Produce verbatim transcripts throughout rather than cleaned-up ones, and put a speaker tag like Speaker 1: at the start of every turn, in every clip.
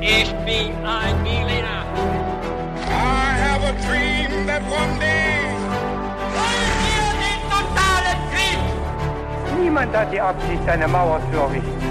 Speaker 1: Ich bin ein Berliner.
Speaker 2: I have a dream that one day.
Speaker 1: Wollen wir den totalen Krieg?
Speaker 3: Niemand hat die Absicht, eine Mauer zu errichten.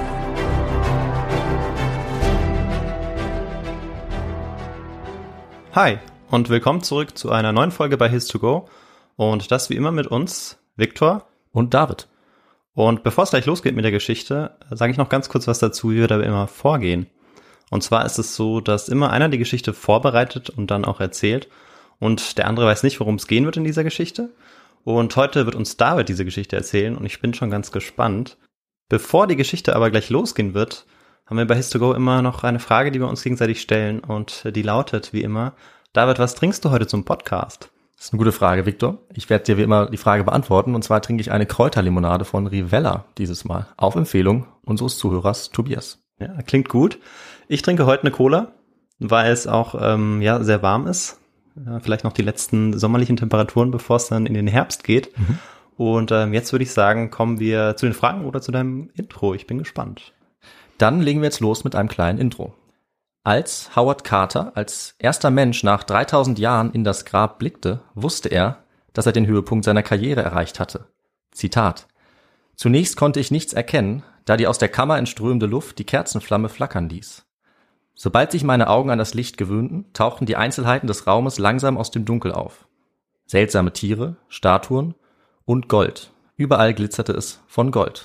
Speaker 4: Hi und willkommen zurück zu einer neuen Folge bei His to Go und das wie immer mit uns, Viktor
Speaker 5: und David.
Speaker 4: Und bevor es gleich losgeht mit der Geschichte, sage ich noch ganz kurz was dazu, wie wir da immer vorgehen. Und zwar ist es so, dass immer einer die Geschichte vorbereitet und dann auch erzählt und der andere weiß nicht, worum es gehen wird in dieser Geschichte. Und heute wird uns David diese Geschichte erzählen und ich bin schon ganz gespannt. Bevor die Geschichte aber gleich losgehen wird, haben wir bei His to Go immer noch eine Frage, die wir uns gegenseitig stellen und die lautet wie immer: David, was trinkst du heute zum Podcast?
Speaker 5: Das ist eine gute Frage, Viktor. Ich werde dir wie immer die Frage beantworten und zwar trinke ich eine Kräuterlimonade von Rivella dieses Mal auf Empfehlung unseres Zuhörers Tobias.
Speaker 4: Ja, klingt gut. Ich trinke heute eine Cola, weil es auch ähm, ja sehr warm ist. Ja, vielleicht noch die letzten sommerlichen Temperaturen, bevor es dann in den Herbst geht. Mhm. Und ähm, jetzt würde ich sagen, kommen wir zu den Fragen oder zu deinem Intro. Ich bin gespannt.
Speaker 5: Dann legen wir jetzt los mit einem kleinen Intro. Als Howard Carter als erster Mensch nach dreitausend Jahren in das Grab blickte, wusste er, dass er den Höhepunkt seiner Karriere erreicht hatte. Zitat: Zunächst konnte ich nichts erkennen, da die aus der Kammer entströmende Luft die Kerzenflamme flackern ließ. Sobald sich meine Augen an das Licht gewöhnten, tauchten die Einzelheiten des Raumes langsam aus dem Dunkel auf. Seltsame Tiere, Statuen und Gold. Überall glitzerte es von Gold.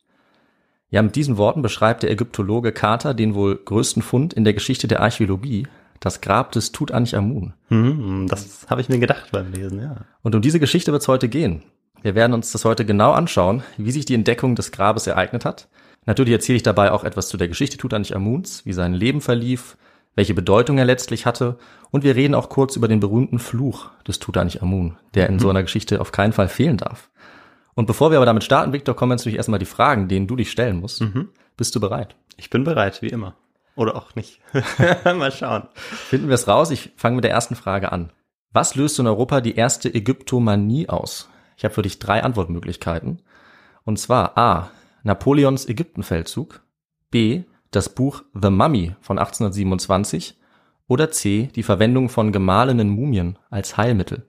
Speaker 5: Ja, mit diesen Worten beschreibt der Ägyptologe Carter den wohl größten Fund in der Geschichte der Archäologie, das Grab des Tutanchamun.
Speaker 4: Hm, das habe ich mir gedacht beim Lesen, ja.
Speaker 5: Und um diese Geschichte wird es heute gehen. Wir werden uns das heute genau anschauen, wie sich die Entdeckung des Grabes ereignet hat. Natürlich erzähle ich dabei auch etwas zu der Geschichte Tutanchamuns, wie sein Leben verlief, welche Bedeutung er letztlich hatte. Und wir reden auch kurz über den berühmten Fluch des Tutanchamun, der in mhm. so einer Geschichte auf keinen Fall fehlen darf. Und bevor wir aber damit starten, Viktor, kommen jetzt natürlich erstmal die Fragen, denen du dich stellen musst. Mhm. Bist du bereit?
Speaker 4: Ich bin bereit, wie immer. Oder auch nicht. Mal schauen.
Speaker 5: Finden wir es raus. Ich fange mit der ersten Frage an. Was löst in Europa die erste Ägyptomanie aus? Ich habe für dich drei Antwortmöglichkeiten. Und zwar A. Napoleons Ägyptenfeldzug, B. das Buch The Mummy von achtzehnhundertsiebenundzwanzig oder C. die Verwendung von gemahlenen Mumien als Heilmittel.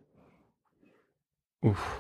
Speaker 4: Uff.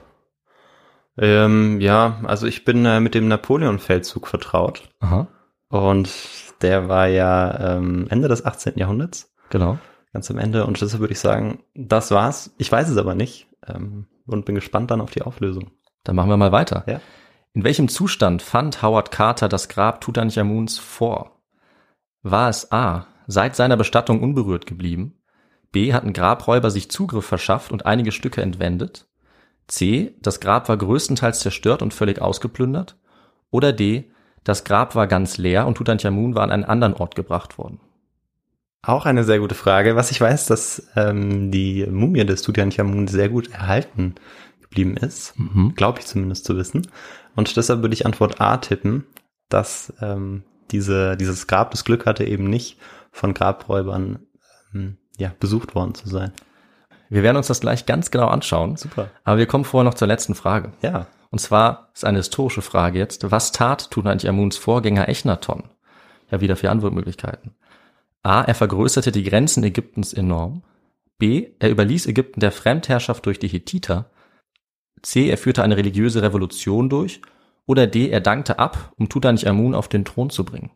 Speaker 4: Ähm, ja, also ich bin äh, mit dem Napoleon-Feldzug vertraut. Aha. Und der war ja ähm, Ende des achtzehnten Jahrhunderts.
Speaker 5: Genau.
Speaker 4: Ganz am Ende. Und deshalb würde ich sagen, das war's. Ich weiß es aber nicht ähm, und bin gespannt dann auf die Auflösung.
Speaker 5: Dann machen wir mal weiter.
Speaker 4: Ja.
Speaker 5: In welchem Zustand fand Howard Carter das Grab Tutanchamuns vor? War es A. seit seiner Bestattung unberührt geblieben? B. hatten Grabräuber sich Zugriff verschafft und einige Stücke entwendet? C. Das Grab war größtenteils zerstört und völlig ausgeplündert? Oder D. Das Grab war ganz leer und Tutanchamun war an einen anderen Ort gebracht worden?
Speaker 4: Auch eine sehr gute Frage. Was ich weiß, dass ähm, die Mumie des Tutanchamun sehr gut erhalten geblieben ist. Mhm. Glaube ich zumindest zu wissen. Und deshalb würde ich Antwort A tippen, dass ähm, diese dieses Grab das Glück hatte, eben nicht von Grabräubern ähm, ja, besucht worden zu sein.
Speaker 5: Wir werden uns das gleich ganz genau anschauen.
Speaker 4: Super.
Speaker 5: Aber wir kommen vorher noch zur letzten Frage.
Speaker 4: Ja.
Speaker 5: Und zwar ist eine historische Frage jetzt. Was tat Tutanchamuns Vorgänger Echnaton? Ja, wieder vier Antwortmöglichkeiten. A. Er vergrößerte die Grenzen Ägyptens enorm. B. Er überließ Ägypten der Fremdherrschaft durch die Hethiter. C. Er führte eine religiöse Revolution durch. Oder D. Er dankte ab, um Tutanchamun auf den Thron zu bringen.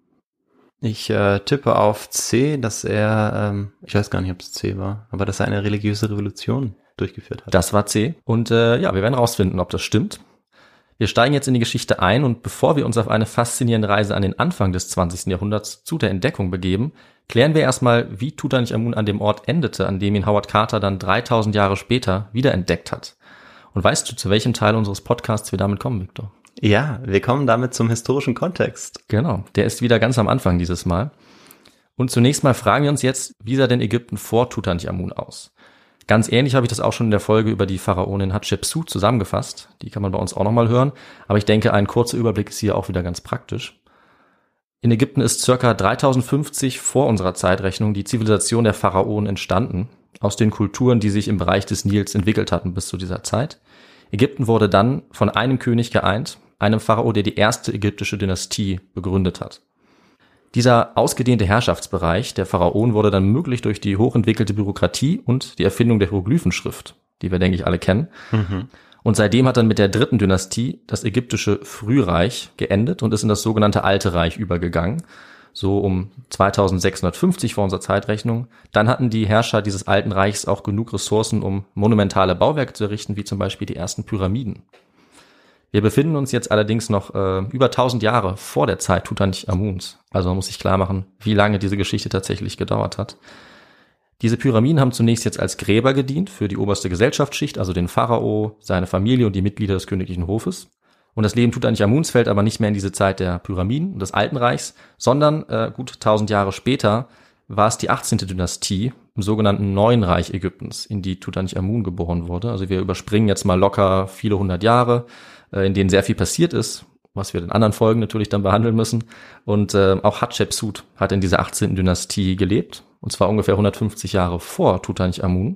Speaker 4: Ich äh, tippe auf C, dass er, ähm, ich weiß gar nicht, ob es C war, aber dass er eine religiöse Revolution durchgeführt hat.
Speaker 5: Das war C. Und äh, ja, wir werden rausfinden, ob das stimmt. Wir steigen jetzt in die Geschichte ein und bevor wir uns auf eine faszinierende Reise an den Anfang des zwanzigsten Jahrhunderts zu der Entdeckung begeben, klären wir erstmal, wie Tutanchamun an dem Ort endete, an dem ihn Howard Carter dann dreitausend Jahre später wiederentdeckt hat. Und weißt du, zu welchem Teil unseres Podcasts wir damit kommen, Viktor?
Speaker 4: Ja, wir kommen damit zum historischen Kontext.
Speaker 5: Genau, der ist wieder ganz am Anfang dieses Mal. Und zunächst mal fragen wir uns jetzt, wie sah denn Ägypten vor Tutanchamun aus? Ganz ähnlich habe ich das auch schon in der Folge über die Pharaonin Hatschepsut zusammengefasst. Die kann man bei uns auch nochmal hören. Aber ich denke, ein kurzer Überblick ist hier auch wieder ganz praktisch. In Ägypten ist circa dreitausendfünfzig vor unserer Zeitrechnung die Zivilisation der Pharaonen entstanden, aus den Kulturen, die sich im Bereich des Nils entwickelt hatten bis zu dieser Zeit. Ägypten wurde dann von einem König geeint, einem Pharao, der die erste ägyptische Dynastie begründet hat. Dieser ausgedehnte Herrschaftsbereich der Pharaonen wurde dann möglich durch die hochentwickelte Bürokratie und die Erfindung der Hieroglyphenschrift, die wir, denke ich, alle kennen. Mhm. Und seitdem hat dann mit der dritten Dynastie das ägyptische Frühreich geendet und ist in das sogenannte Alte Reich übergegangen, so um zweitausendsechshundertfünfzig vor unserer Zeitrechnung. Dann hatten die Herrscher dieses Alten Reichs auch genug Ressourcen, um monumentale Bauwerke zu errichten, wie zum Beispiel die ersten Pyramiden. Wir befinden uns jetzt allerdings noch äh, über tausend Jahre vor der Zeit Tutanchamuns. Also man muss sich klar machen, wie lange diese Geschichte tatsächlich gedauert hat. Diese Pyramiden haben zunächst jetzt als Gräber gedient für die oberste Gesellschaftsschicht, also den Pharao, seine Familie und die Mitglieder des königlichen Hofes. Und das Leben Tutanchamuns fällt aber nicht mehr in diese Zeit der Pyramiden und des Alten Reichs, sondern äh, gut tausend Jahre später war es die achtzehnte Dynastie im sogenannten Neuen Reich Ägyptens, in die Tutanchamun geboren wurde. Also wir überspringen jetzt mal locker viele hundert Jahre, in denen sehr viel passiert ist, was wir in anderen Folgen natürlich dann behandeln müssen. Und äh, auch Hatschepsut hat in dieser achtzehnten Dynastie gelebt, und zwar ungefähr hundertfünfzig Jahre vor Tutanchamun.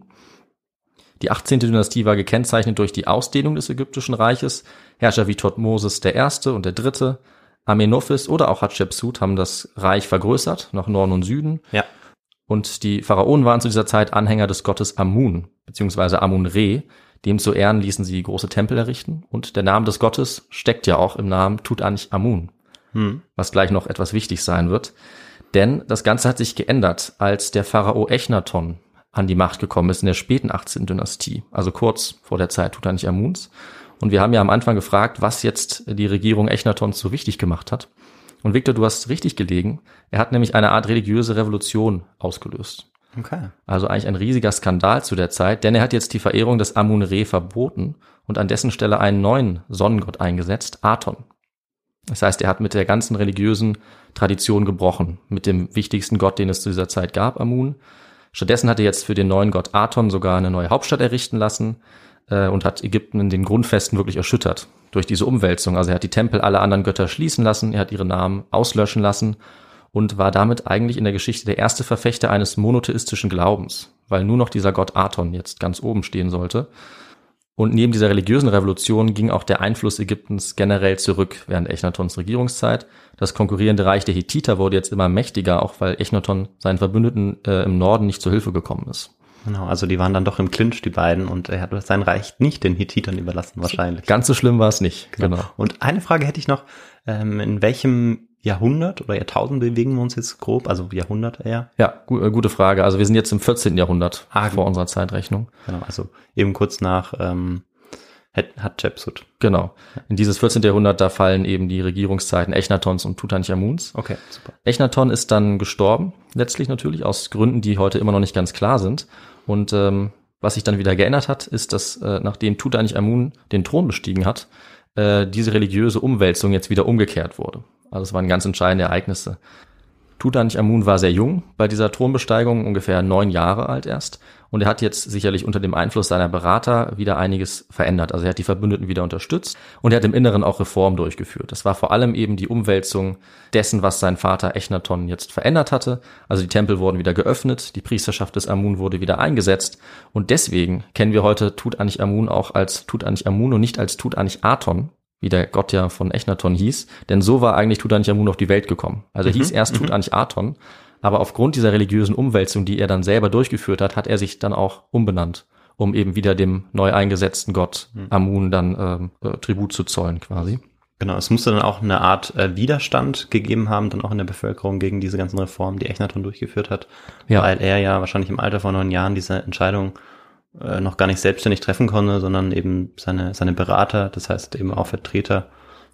Speaker 5: Die achtzehnte Dynastie war gekennzeichnet durch die Ausdehnung des ägyptischen Reiches. Herrscher wie Thutmosis der Erste und der Dritte, Amenophis oder auch Hatschepsut haben das Reich vergrößert, nach Norden und Süden. Ja. Und die Pharaonen waren zu dieser Zeit Anhänger des Gottes Amun, beziehungsweise Amun-Re. Dem zu Ehren ließen sie große Tempel errichten. Und der Name des Gottes steckt ja auch im Namen Tutanchamun, hm. was gleich noch etwas wichtig sein wird. Denn das Ganze hat sich geändert, als der Pharao Echnaton an die Macht gekommen ist in der späten achtzehnten Dynastie, also kurz vor der Zeit Tutanchamuns. Und wir haben ja am Anfang gefragt, was jetzt die Regierung Echnatons so wichtig gemacht hat. Und Victor, du hast richtig gelegen. Er hat nämlich eine Art religiöse Revolution ausgelöst. Okay. Also eigentlich ein riesiger Skandal zu der Zeit, denn er hat jetzt die Verehrung des Amun-Re verboten und an dessen Stelle einen neuen Sonnengott eingesetzt, Aton. Das heißt, er hat mit der ganzen religiösen Tradition gebrochen, mit dem wichtigsten Gott, den es zu dieser Zeit gab, Amun. Stattdessen hat er jetzt für den neuen Gott Aton sogar eine neue Hauptstadt errichten lassen äh, und hat Ägypten in den Grundfesten wirklich erschüttert durch diese Umwälzung. Also er hat die Tempel aller anderen Götter schließen lassen, er hat ihre Namen auslöschen lassen und war damit eigentlich in der Geschichte der erste Verfechter eines monotheistischen Glaubens, weil nur noch dieser Gott Aton jetzt ganz oben stehen sollte. Und neben dieser religiösen Revolution ging auch der Einfluss Ägyptens generell zurück während Echnatons Regierungszeit. Das konkurrierende Reich der Hethiter wurde jetzt immer mächtiger, auch weil Echnaton seinen Verbündeten äh, im Norden nicht zur Hilfe gekommen ist.
Speaker 4: Genau, also die waren dann doch im Clinch, die beiden, und er hat sein Reich nicht den Hethitern überlassen wahrscheinlich.
Speaker 5: Ganz so schlimm war es nicht,
Speaker 4: genau. genau. Und eine Frage hätte ich noch, ähm, in welchem Jahrhundert oder Jahrtausend bewegen wir uns jetzt grob, also Jahrhundert eher?
Speaker 5: Ja, gu- äh, gute Frage. Also wir sind jetzt im vierzehnten Jahrhundert ah, vor unserer Zeitrechnung.
Speaker 4: Genau, also eben kurz nach ähm, Hatschepsut.
Speaker 5: Genau. In dieses vierzehnten Jahrhundert, da fallen eben die Regierungszeiten Echnatons und Tutanchamuns.
Speaker 4: Okay, super.
Speaker 5: Echnaton ist dann gestorben, letztlich natürlich, aus Gründen, die heute immer noch nicht ganz klar sind. Und ähm, was sich dann wieder geändert hat, ist, dass äh, nachdem Tutanchamun den Thron bestiegen hat, äh, diese religiöse Umwälzung jetzt wieder umgekehrt wurde. Also es waren ganz entscheidende Ereignisse. Tutanchamun war sehr jung bei dieser Thronbesteigung, ungefähr neun Jahre alt erst. Und er hat jetzt sicherlich unter dem Einfluss seiner Berater wieder einiges verändert. Also er hat die Verbündeten wieder unterstützt und er hat im Inneren auch Reformen durchgeführt. Das war vor allem eben die Umwälzung dessen, was sein Vater Echnaton jetzt verändert hatte. Also die Tempel wurden wieder geöffnet, die Priesterschaft des Amun wurde wieder eingesetzt. Und deswegen kennen wir heute Tutanchamun auch als Tutanchamun und nicht als Tutanchaton, wie der Gott ja von Echnaton hieß, denn so war eigentlich Tutanchamun auf die Welt gekommen. Also er hieß mhm, erst Tutanchaton, aber aufgrund dieser religiösen Umwälzung, die er dann selber durchgeführt hat, hat er sich dann auch umbenannt, um eben wieder dem neu eingesetzten Gott mhm. Amun dann äh, äh, Tribut zu zollen quasi.
Speaker 4: Genau, es musste dann auch eine Art äh, Widerstand gegeben haben, dann auch in der Bevölkerung gegen diese ganzen Reformen, die Echnaton durchgeführt hat, ja. Weil er ja wahrscheinlich im Alter von neun Jahren diese Entscheidung noch gar nicht selbstständig treffen konnte, sondern eben seine seine Berater, das heißt eben auch Vertreter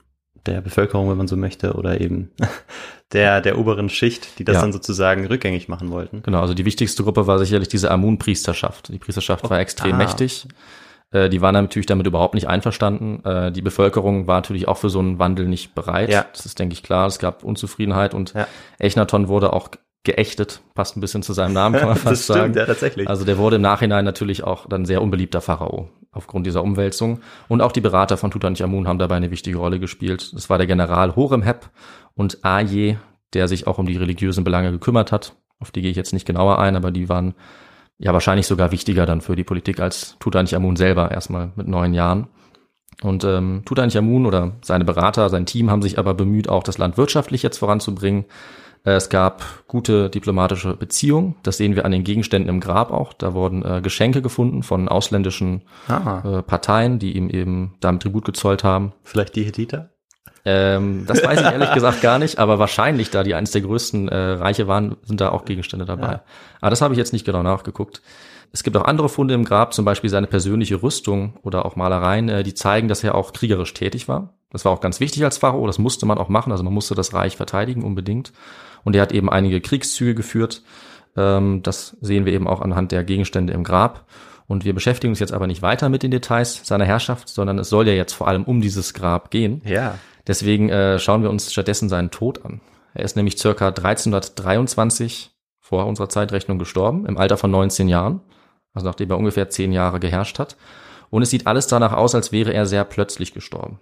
Speaker 4: der Bevölkerung, wenn man so möchte, oder eben der der oberen Schicht, die das ja. dann sozusagen rückgängig machen wollten.
Speaker 5: Genau, also die wichtigste Gruppe war sicherlich diese Amun-Priesterschaft. Die Priesterschaft okay. war extrem ah. mächtig. Äh, die waren natürlich damit überhaupt nicht einverstanden. Äh, die Bevölkerung war natürlich auch für so einen Wandel nicht bereit. Ja. Das ist, denke ich, klar. Es gab Unzufriedenheit und ja. Echnaton wurde auch geächtet, passt ein bisschen zu seinem Namen, kann man fast das stimmt, sagen. Ja, tatsächlich. Also der wurde im Nachhinein natürlich auch dann sehr unbeliebter Pharao aufgrund dieser Umwälzung. Und auch die Berater von Tutanchamun haben dabei eine wichtige Rolle gespielt. Das war der General Horemheb und Aje, der sich auch um die religiösen Belange gekümmert hat. Auf die gehe ich jetzt nicht genauer ein, aber die waren ja wahrscheinlich sogar wichtiger dann für die Politik als Tutanchamun selber, erstmal mit neun Jahren. Und ähm, Tutanchamun oder seine Berater, sein Team haben sich aber bemüht, auch das Land wirtschaftlich jetzt voranzubringen. Äh, es gab gute diplomatische Beziehungen. Das sehen wir an den Gegenständen im Grab auch. Da wurden äh, Geschenke gefunden von ausländischen äh, Parteien, die ihm eben damit Tribut gezollt haben.
Speaker 4: Vielleicht die Hethiter?
Speaker 5: Ähm, das weiß ich ehrlich gesagt gar nicht, aber wahrscheinlich, da die eines der größten äh, Reiche waren, sind da auch Gegenstände dabei. Ja. Aber das habe ich jetzt nicht genau nachgeguckt. Es gibt auch andere Funde im Grab, zum Beispiel seine persönliche Rüstung oder auch Malereien, äh, die zeigen, dass er auch kriegerisch tätig war. Das war auch ganz wichtig als Pharao, das musste man auch machen, also man musste das Reich verteidigen unbedingt. Und er hat eben einige Kriegszüge geführt. Ähm, das sehen wir eben auch anhand der Gegenstände im Grab. Und wir beschäftigen uns jetzt aber nicht weiter mit den Details seiner Herrschaft, sondern es soll ja jetzt vor allem um dieses Grab gehen. Ja. Deswegen äh, schauen wir uns stattdessen seinen Tod an. Er ist nämlich circa dreizehnhundertdreiundzwanzig vor unserer Zeitrechnung gestorben, im Alter von neunzehn Jahren, also nachdem er ungefähr zehn Jahre geherrscht hat. Und es sieht alles danach aus, als wäre er sehr plötzlich gestorben.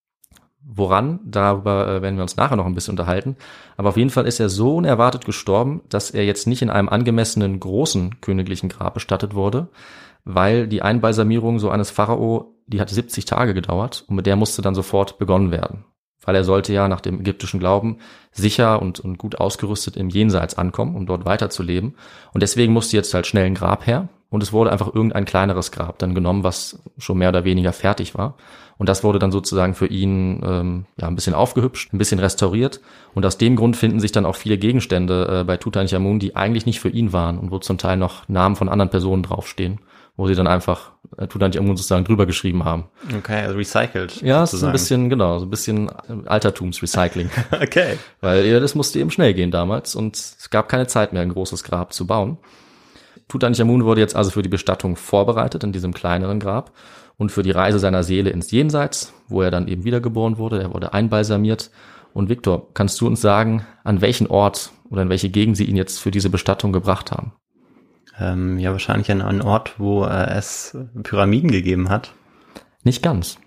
Speaker 5: Woran, darüber äh, werden wir uns nachher noch ein bisschen unterhalten. Aber auf jeden Fall ist er so unerwartet gestorben, dass er jetzt nicht in einem angemessenen großen königlichen Grab bestattet wurde, weil die Einbalsamierung so eines Pharao, die hat siebzig Tage gedauert und mit der musste dann sofort begonnen werden. Weil er sollte ja nach dem ägyptischen Glauben sicher und, und gut ausgerüstet im Jenseits ankommen, um dort weiterzuleben. Und deswegen musste jetzt halt schnell ein Grab her. Und es wurde einfach irgendein kleineres Grab dann genommen, was schon mehr oder weniger fertig war. Und das wurde dann sozusagen für ihn ähm, ja ein bisschen aufgehübscht, ein bisschen restauriert. Und aus dem Grund finden sich dann auch viele Gegenstände äh, bei Tutanchamun, die eigentlich nicht für ihn waren und wo zum Teil noch Namen von anderen Personen draufstehen, wo sie dann einfach äh, Tutanchamun sozusagen drüber geschrieben haben.
Speaker 4: Okay, also recycelt.
Speaker 5: Ja, es ist ein bisschen, genau, so ein bisschen Altertumsrecycling.
Speaker 4: Okay.
Speaker 5: Weil ja, das musste eben schnell gehen damals und es gab keine Zeit mehr, ein großes Grab zu bauen. Tutanchamun wurde jetzt also für die Bestattung vorbereitet in diesem kleineren Grab und für die Reise seiner Seele ins Jenseits, wo er dann eben wiedergeboren wurde. Er wurde einbalsamiert. Und Victor, kannst du uns sagen, an welchen Ort oder in welche Gegend sie ihn jetzt für diese Bestattung gebracht haben?
Speaker 4: Ähm, ja, wahrscheinlich an einen Ort, wo äh, es Pyramiden gegeben hat.
Speaker 5: Nicht ganz.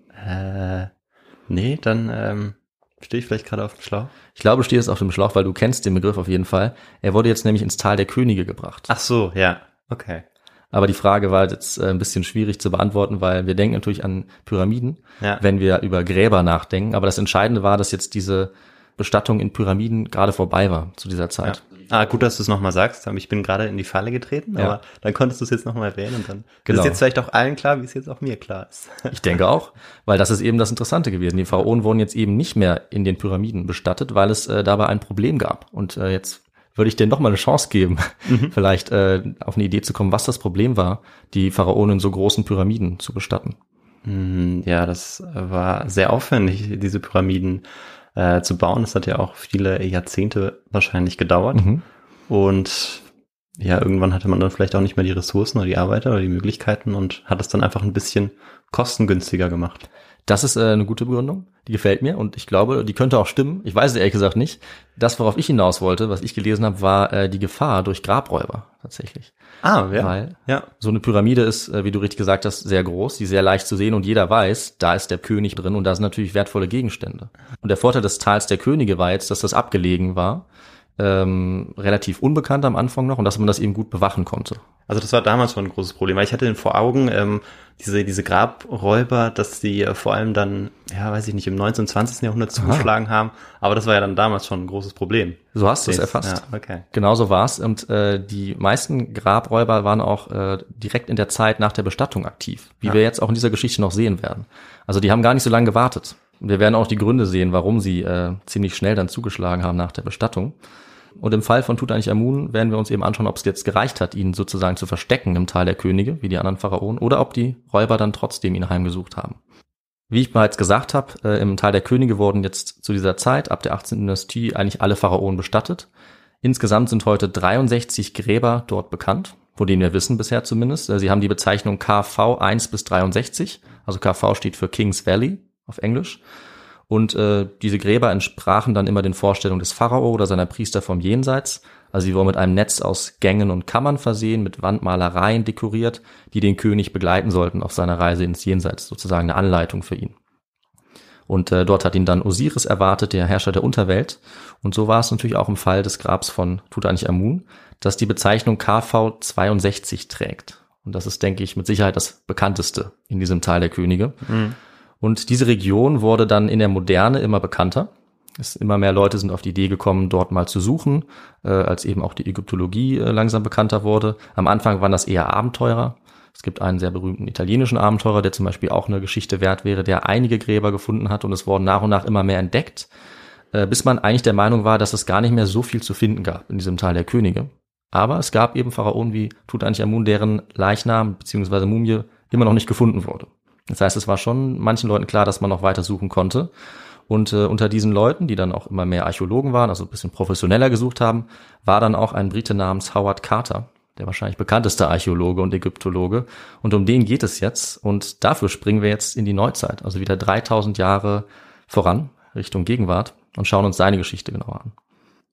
Speaker 4: Äh, nee, dann ähm, stehe ich vielleicht gerade auf dem Schlauch.
Speaker 5: Ich glaube, du stehst auf dem Schlauch, weil du kennst den Begriff auf jeden Fall. Er wurde jetzt nämlich ins Tal der Könige gebracht.
Speaker 4: Ach so, ja, okay.
Speaker 5: Aber die Frage war jetzt äh, ein bisschen schwierig zu beantworten, weil wir denken natürlich an Pyramiden, ja, wenn wir über Gräber nachdenken. Aber das Entscheidende war, dass jetzt diese Bestattung in Pyramiden gerade vorbei war zu dieser Zeit.
Speaker 4: Ja. Ah, gut, dass du es nochmal sagst. Ich bin gerade in die Falle getreten,
Speaker 5: ja,
Speaker 4: aber dann konntest du es jetzt nochmal erwähnen und dann
Speaker 5: genau,
Speaker 4: ist jetzt vielleicht auch allen klar, wie es jetzt auch mir klar ist.
Speaker 5: Ich denke auch, weil das ist eben das Interessante gewesen. Die Pharaonen wurden jetzt eben nicht mehr in den Pyramiden bestattet, weil es äh, dabei ein Problem gab. Und äh, jetzt würde ich dir noch mal eine Chance geben, mhm, vielleicht äh, auf eine Idee zu kommen, was das Problem war, die Pharaonen in so großen Pyramiden zu bestatten.
Speaker 4: Ja, das war sehr aufwendig, diese Pyramiden äh, zu bauen. Das hat ja auch viele Jahrzehnte wahrscheinlich gedauert. Mhm. Und ja, irgendwann hatte man dann vielleicht auch nicht mehr die Ressourcen oder die Arbeiter oder die Möglichkeiten und hat es dann einfach ein bisschen kostengünstiger gemacht.
Speaker 5: Das ist äh, eine gute Begründung, die gefällt mir und ich glaube, die könnte auch stimmen. Ich weiß es ehrlich gesagt nicht. Das, worauf ich hinaus wollte, was ich gelesen habe, war äh, die Gefahr durch Grabräuber tatsächlich.
Speaker 4: Ah, ja.
Speaker 5: Weil
Speaker 4: ja,
Speaker 5: so eine Pyramide ist, äh, wie du richtig gesagt hast, sehr groß, die ist sehr leicht zu sehen und jeder weiß, da ist der König drin und da sind natürlich wertvolle Gegenstände. Und der Vorteil des Tals der Könige war jetzt, dass das abgelegen war, ähm, relativ unbekannt am Anfang noch und dass man das eben gut bewachen konnte.
Speaker 4: Also das war damals schon ein großes Problem, weil ich hatte vor Augen, ähm, diese diese Grabräuber, dass die äh, vor allem dann, ja, weiß ich nicht, im neunzehnten, zwanzigsten Jahrhundert zugeschlagen haben, aber das war ja dann damals schon ein großes Problem.
Speaker 5: So hast du es erfasst.
Speaker 4: Ja, okay.
Speaker 5: Genau so war's und äh, die meisten Grabräuber waren auch äh, direkt in der Zeit nach der Bestattung aktiv, wie ja, wir jetzt auch in dieser Geschichte noch sehen werden. Also die haben gar nicht so lange gewartet. Wir werden auch die Gründe sehen, warum sie äh, ziemlich schnell dann zugeschlagen haben nach der Bestattung. Und im Fall von Tutanchamun werden wir uns eben anschauen, ob es jetzt gereicht hat, ihn sozusagen zu verstecken im Tal der Könige, wie die anderen Pharaonen, oder ob die Räuber dann trotzdem ihn heimgesucht haben. Wie ich bereits gesagt habe, äh, im Tal der Könige wurden jetzt zu dieser Zeit, ab der achtzehnten Dynastie, eigentlich alle Pharaonen bestattet. Insgesamt sind heute dreiundsechzig Gräber dort bekannt, von denen wir wissen bisher zumindest. Sie haben die Bezeichnung K V eins bis dreiundsechzig, also K V steht für King's Valley auf Englisch. Und äh, diese Gräber entsprachen dann immer den Vorstellungen des Pharao oder seiner Priester vom Jenseits. Also sie wurden mit einem Netz aus Gängen und Kammern versehen, mit Wandmalereien dekoriert, die den König begleiten sollten auf seiner Reise ins Jenseits, sozusagen eine Anleitung für ihn. Und äh, dort hat ihn dann Osiris erwartet, der Herrscher der Unterwelt. Und so war es natürlich auch im Fall des Grabs von Tutanchamun, das die Bezeichnung K V zweiundsechzig trägt. Und das ist, denke ich, mit Sicherheit das bekannteste in diesem Tal der Könige. Mhm. Und diese Region wurde dann in der Moderne immer bekannter. Es immer mehr Leute sind auf die Idee gekommen, dort mal zu suchen, äh, als eben auch die Ägyptologie äh, langsam bekannter wurde. Am Anfang waren das eher Abenteurer. Es gibt einen sehr berühmten italienischen Abenteurer, der zum Beispiel auch eine Geschichte wert wäre, der einige Gräber gefunden hat, und es wurden nach und nach immer mehr entdeckt, äh, bis man eigentlich der Meinung war, dass es gar nicht mehr so viel zu finden gab in diesem Tal der Könige. Aber es gab eben Pharaonen wie Tutanchamun, deren Leichnam bzw. Mumie immer noch nicht gefunden wurde. Das heißt, es war schon manchen Leuten klar, dass man noch weiter suchen konnte. Und äh, unter diesen Leuten, die dann auch immer mehr Archäologen waren, also ein bisschen professioneller gesucht haben, war dann auch ein Brite namens Howard Carter, der wahrscheinlich bekannteste Archäologe und Ägyptologe. Und um den geht es jetzt. Und dafür springen wir jetzt in die Neuzeit, also wieder dreitausend Jahre voran, Richtung Gegenwart, und schauen uns seine Geschichte genauer an.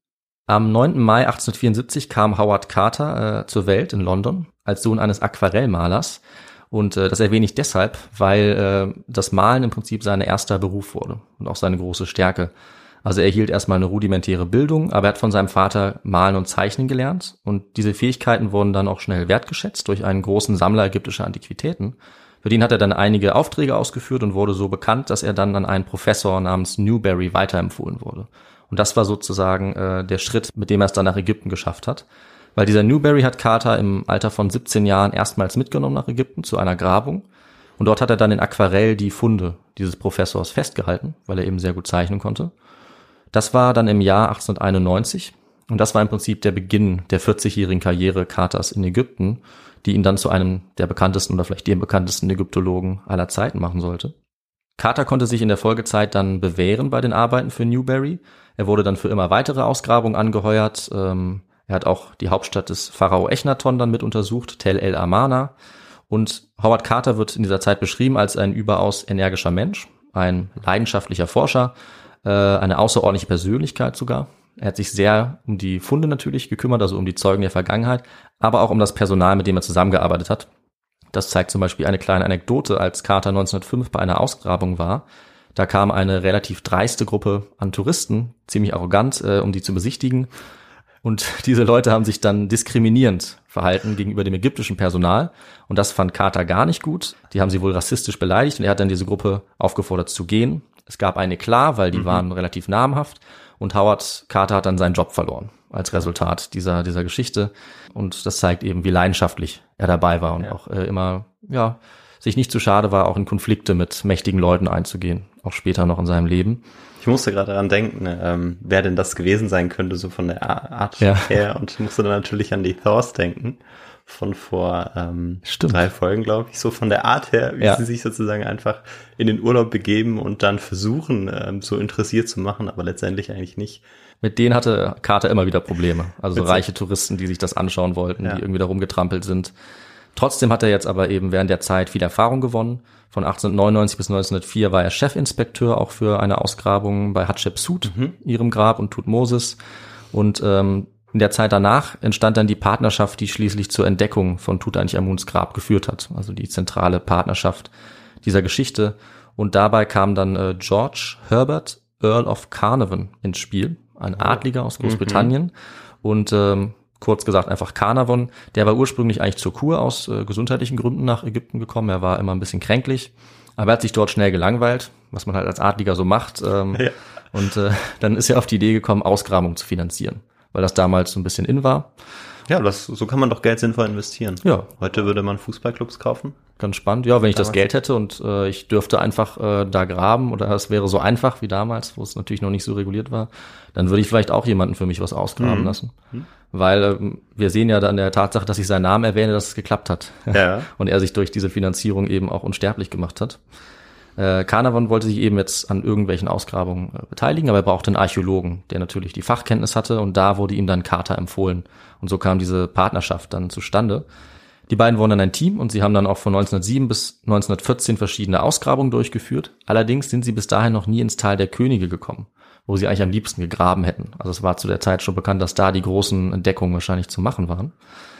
Speaker 5: Am neunten Mai achtzehnhundertvierundsiebzig kam Howard Carter äh, zur Welt in London als Sohn eines Aquarellmalers. Und äh, das erwähne ich deshalb, weil äh, das Malen im Prinzip sein erster Beruf wurde und auch seine große Stärke. Also er erhielt erstmal eine rudimentäre Bildung, aber er hat von seinem Vater Malen und Zeichnen gelernt. Und diese Fähigkeiten wurden dann auch schnell wertgeschätzt durch einen großen Sammler ägyptischer Antiquitäten. Für den hat er dann einige Aufträge ausgeführt und wurde so bekannt, dass er dann an einen Professor namens Newbery weiterempfohlen wurde. Und das war sozusagen äh, der Schritt, mit dem er es dann nach Ägypten geschafft hat. Weil dieser Newbery hat Carter im Alter von siebzehn Jahren erstmals mitgenommen nach Ägypten zu einer Grabung. Und dort hat er dann in Aquarell die Funde dieses Professors festgehalten, weil er eben sehr gut zeichnen konnte. Das war dann im Jahr achtzehnhunderteinundneunzig. Und das war im Prinzip der Beginn der vierzigjährigen Karriere Carters in Ägypten, die ihn dann zu einem der bekanntesten oder vielleicht dem bekanntesten Ägyptologen aller Zeiten machen sollte. Carter konnte sich in der Folgezeit dann bewähren bei den Arbeiten für Newbery. Er wurde dann für immer weitere Ausgrabungen angeheuert. Ähm, er hat auch die Hauptstadt des Pharao Echnaton dann mit untersucht, Tel El Amarna. Und Howard Carter wird in dieser Zeit beschrieben als ein überaus energischer Mensch, ein leidenschaftlicher Forscher, äh, eine außerordentliche Persönlichkeit sogar. Er hat sich sehr um die Funde natürlich gekümmert, also um die Zeugen der Vergangenheit, aber auch um das Personal, mit dem er zusammengearbeitet hat. Das zeigt zum Beispiel eine kleine Anekdote, als Carter neunzehnhundertfünf bei einer Ausgrabung war. Da kam eine relativ dreiste Gruppe an Touristen, ziemlich arrogant, äh, um die zu besichtigen. Und diese Leute haben sich dann diskriminierend verhalten gegenüber dem ägyptischen Personal. Und das fand Carter gar nicht gut. Die haben sie wohl rassistisch beleidigt und er hat dann diese Gruppe aufgefordert zu gehen. Es gab einen Eklat, weil die mhm. waren relativ namhaft. Und Howard Carter hat dann seinen Job verloren als Resultat dieser dieser Geschichte. Und das zeigt eben, wie leidenschaftlich er dabei war und ja. auch äh, immer ja sich nicht zu schade war, auch in Konflikte mit mächtigen Leuten einzugehen, auch später noch in seinem Leben.
Speaker 4: Ich musste gerade daran denken, ähm, wer denn das gewesen sein könnte, so von der Art ja. her. Und ich musste dann natürlich an die Thors denken, von vor ähm, drei Folgen, glaube ich. So von der Art her, wie ja. sie sich sozusagen einfach in den Urlaub begeben und dann versuchen, ähm, so interessiert zu machen, aber letztendlich eigentlich nicht.
Speaker 5: Mit denen hatte Carter immer wieder Probleme. Also so reiche Touristen, die sich das anschauen wollten, ja. die irgendwie da rumgetrampelt sind. Trotzdem hat er jetzt aber eben während der Zeit viel Erfahrung gewonnen. Von achtzehnhundertneunundneunzig bis neunzehnhundertvier war er Chefinspekteur auch für eine Ausgrabung bei Hatschepsut, mhm. ihrem Grab, und Tutmosis. Und ähm, in der Zeit danach entstand dann die Partnerschaft, die schließlich zur Entdeckung von Tutanchamuns Grab geführt hat. Also die zentrale Partnerschaft dieser Geschichte. Und dabei kam dann äh, George Herbert, Earl of Carnarvon, ins Spiel. Ein Adliger aus Großbritannien. Mhm. Und ähm, kurz gesagt einfach Carnarvon. Der war ursprünglich eigentlich zur Kur aus äh, gesundheitlichen Gründen nach Ägypten gekommen. Er war immer ein bisschen kränklich, aber er hat sich dort schnell gelangweilt, was man halt als Adliger so macht. Ähm, ja. Und äh, dann ist er auf die Idee gekommen, Ausgrabungen zu finanzieren, weil das damals so ein bisschen in war.
Speaker 4: Ja, das, so kann man doch Geld sinnvoll investieren. Ja. Heute würde man Fußballclubs kaufen.
Speaker 5: Ganz spannend. Ja, wenn ich damals das Geld hätte und äh, ich dürfte einfach äh, da graben, oder es wäre so einfach wie damals, wo es natürlich noch nicht so reguliert war, dann würde ich vielleicht auch jemanden für mich was ausgraben mhm. lassen. Mhm. Weil äh, wir sehen ja dann der Tatsache, dass ich seinen Namen erwähne, dass es geklappt hat. Ja. Und er sich durch diese Finanzierung eben auch unsterblich gemacht hat. Äh, Carnarvon wollte sich eben jetzt an irgendwelchen Ausgrabungen äh, beteiligen, aber er brauchte einen Archäologen, der natürlich die Fachkenntnis hatte, und da wurde ihm dann Carter empfohlen. Und so kam diese Partnerschaft dann zustande. Die beiden wurden dann ein Team und sie haben dann auch von neunzehnhundertsieben bis neunzehnhundertvierzehn verschiedene Ausgrabungen durchgeführt. Allerdings sind sie bis dahin noch nie ins Tal der Könige gekommen, wo sie eigentlich am liebsten gegraben hätten. Also es war zu der Zeit schon bekannt, dass da die großen Entdeckungen wahrscheinlich zu machen waren.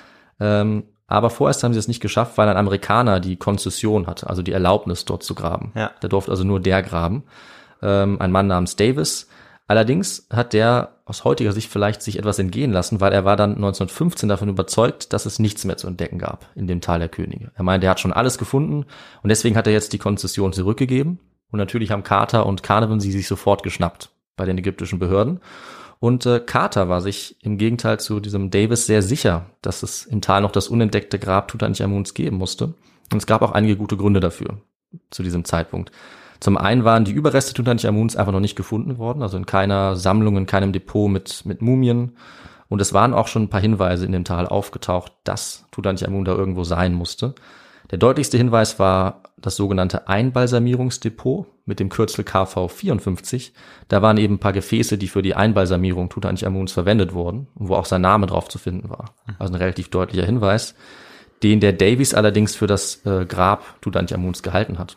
Speaker 5: Ähm, aber vorerst haben sie es nicht geschafft, weil ein Amerikaner die Konzession hatte, also die Erlaubnis, dort zu graben. Ja. Da durfte also nur der graben. Ähm, ein Mann namens Davis. Allerdings hat der aus heutiger Sicht vielleicht sich etwas entgehen lassen, weil er war dann neunzehnhundertfünfzehn davon überzeugt, dass es nichts mehr zu entdecken gab in dem Tal der Könige. Er meinte, er hat schon alles gefunden und deswegen hat er jetzt die Konzession zurückgegeben. Und natürlich haben Carter und Carnarvon sie sich sofort geschnappt. bei den ägyptischen Behörden. Und äh, Carter war sich im Gegenteil zu diesem Davis sehr sicher, dass es im Tal noch das unentdeckte Grab Tutanchamuns geben musste. Und es gab auch einige gute Gründe dafür zu diesem Zeitpunkt. Zum einen waren die Überreste Tutanchamuns einfach noch nicht gefunden worden, also in keiner Sammlung, in keinem Depot mit mit Mumien. Und es waren auch schon ein paar Hinweise in dem Tal aufgetaucht, dass Tutanchamun da irgendwo sein musste. Der deutlichste Hinweis war das sogenannte Einbalsamierungsdepot mit dem Kürzel K V vierundfünfzig. Da waren eben ein paar Gefäße, die für die Einbalsamierung Tutanchamuns verwendet wurden und wo auch sein Name drauf zu finden war. Also ein relativ deutlicher Hinweis, den der Davies allerdings für das äh, Grab Tutanchamuns gehalten hat.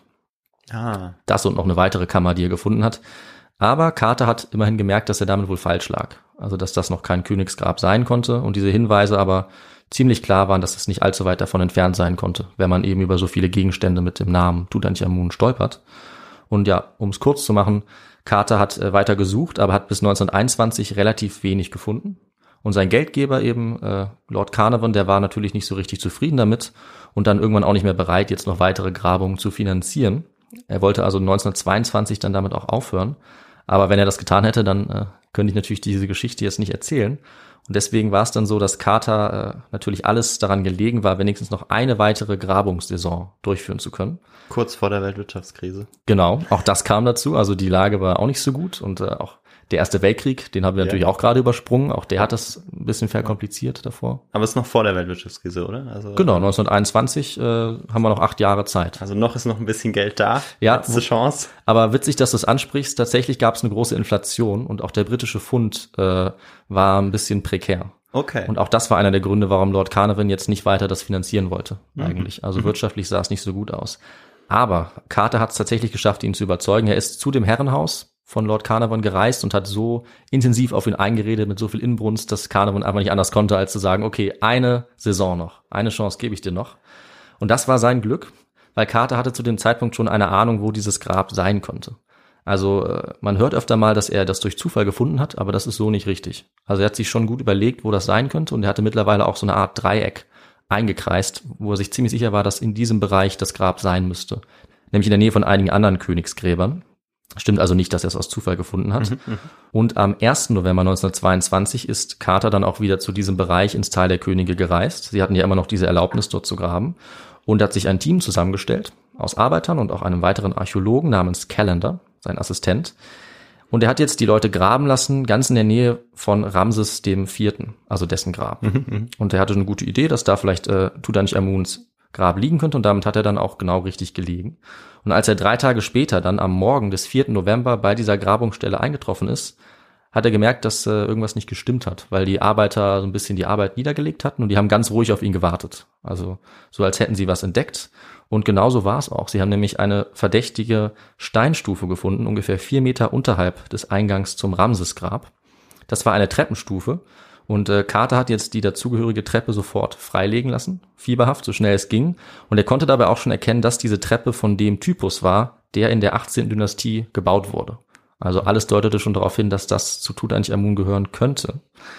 Speaker 4: Ah.
Speaker 5: Das und noch eine weitere Kammer, die er gefunden hat. Aber Carter hat immerhin gemerkt, dass er damit wohl falsch lag. Also dass das noch kein Königsgrab sein konnte und diese Hinweise aber ziemlich klar waren, dass es nicht allzu weit davon entfernt sein konnte, wenn man eben über so viele Gegenstände mit dem Namen Tutanchamun stolpert. Und ja, um es kurz zu machen, Carter hat äh, weiter gesucht, aber hat bis neunzehnhunderteinundzwanzig relativ wenig gefunden. Und sein Geldgeber eben, äh, Lord Carnarvon, der war natürlich nicht so richtig zufrieden damit und dann irgendwann auch nicht mehr bereit, jetzt noch weitere Grabungen zu finanzieren. Er wollte also neunzehnhundertzweiundzwanzig dann damit auch aufhören. Aber wenn er das getan hätte, dann äh, könnte ich natürlich diese Geschichte jetzt nicht erzählen. Und deswegen war es dann so, dass Carter äh, natürlich alles daran gelegen war, wenigstens noch eine weitere Grabungssaison durchführen zu können.
Speaker 4: Kurz vor der Weltwirtschaftskrise.
Speaker 5: Genau, auch das kam dazu. Also die Lage war auch nicht so gut und äh, auch der Erste Weltkrieg, den haben wir natürlich ja auch gerade übersprungen. Auch der hat das ein bisschen verkompliziert davor.
Speaker 4: Aber es ist noch vor der Weltwirtschaftskrise, oder? Also
Speaker 5: genau, neunzehnhunderteinundzwanzig äh, haben wir noch acht Jahre Zeit.
Speaker 4: Also noch ist noch ein bisschen Geld da.
Speaker 5: Ja,
Speaker 4: letzte Chance.
Speaker 5: Aber witzig, dass du es ansprichst. Tatsächlich gab es eine große Inflation und auch der britische Pfund äh, war ein bisschen prekär.
Speaker 4: Okay.
Speaker 5: Und auch das war einer der Gründe, warum Lord Carnarvon jetzt nicht weiter das finanzieren wollte,
Speaker 4: Mhm.
Speaker 5: eigentlich. Also wirtschaftlich sah es nicht so gut aus. Aber Carter hat es tatsächlich geschafft, ihn zu überzeugen. Er ist zu dem Herrenhaus von Lord Carnarvon gereist und hat so intensiv auf ihn eingeredet, mit so viel Inbrunst, dass Carnarvon einfach nicht anders konnte, als zu sagen, okay, eine Saison noch, eine Chance gebe ich dir noch. Und das war sein Glück, weil Carter hatte zu dem Zeitpunkt schon eine Ahnung, wo dieses Grab sein konnte. Also äh, man hört öfter mal, dass er das durch Zufall gefunden hat, aber das ist so nicht richtig. Also er hat sich schon gut überlegt, wo das sein könnte und er hatte mittlerweile auch so eine Art Dreieck eingekreist, wo er sich ziemlich sicher war, dass in diesem Bereich das Grab sein müsste. Nämlich in der Nähe von einigen anderen Königsgräbern. Stimmt also nicht, dass er es aus Zufall gefunden hat. Mhm, und am ersten November neunzehnhundertzweiundzwanzig ist Carter dann auch wieder zu diesem Bereich ins Tal der Könige gereist. Sie hatten ja immer noch diese Erlaubnis, dort zu graben. Und hat sich ein Team zusammengestellt aus Arbeitern und auch einem weiteren Archäologen namens Callender, sein Assistent. Und er hat jetzt die Leute graben lassen, ganz in der Nähe von Ramses dem Vierten, also dessen Grab. Mhm, und er hatte eine gute Idee, dass da vielleicht äh, Tutanchamuns Grab liegen könnte und damit hat er dann auch genau richtig gelegen. Und als er drei Tage später dann am Morgen des vierten November bei dieser Grabungsstelle eingetroffen ist, hat er gemerkt, dass äh, irgendwas nicht gestimmt hat, weil die Arbeiter so ein bisschen die Arbeit niedergelegt hatten und die haben ganz ruhig auf ihn gewartet. Also so als hätten sie was entdeckt. Und genauso war es auch. Sie haben nämlich eine verdächtige Steinstufe gefunden, ungefähr vier Meter unterhalb des Eingangs zum Ramsesgrab. Das war eine Treppenstufe. Und äh, Carter hat jetzt die dazugehörige Treppe sofort freilegen lassen, fieberhaft, so schnell es ging. Und er konnte dabei auch schon erkennen, dass diese Treppe von dem Typus war, der in der achtzehnten Dynastie gebaut wurde. Also alles deutete schon darauf hin, dass das zu Tutanchamun gehören könnte.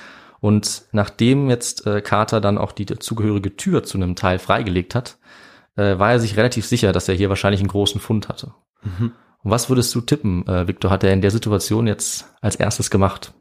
Speaker 5: Und nachdem jetzt äh, Carter dann auch die dazugehörige Tür zu einem Teil freigelegt hat, äh, war er sich relativ sicher, dass er hier wahrscheinlich einen großen Fund hatte. Mhm. Und was würdest du tippen, äh, Victor, hat er in der Situation jetzt als erstes gemacht?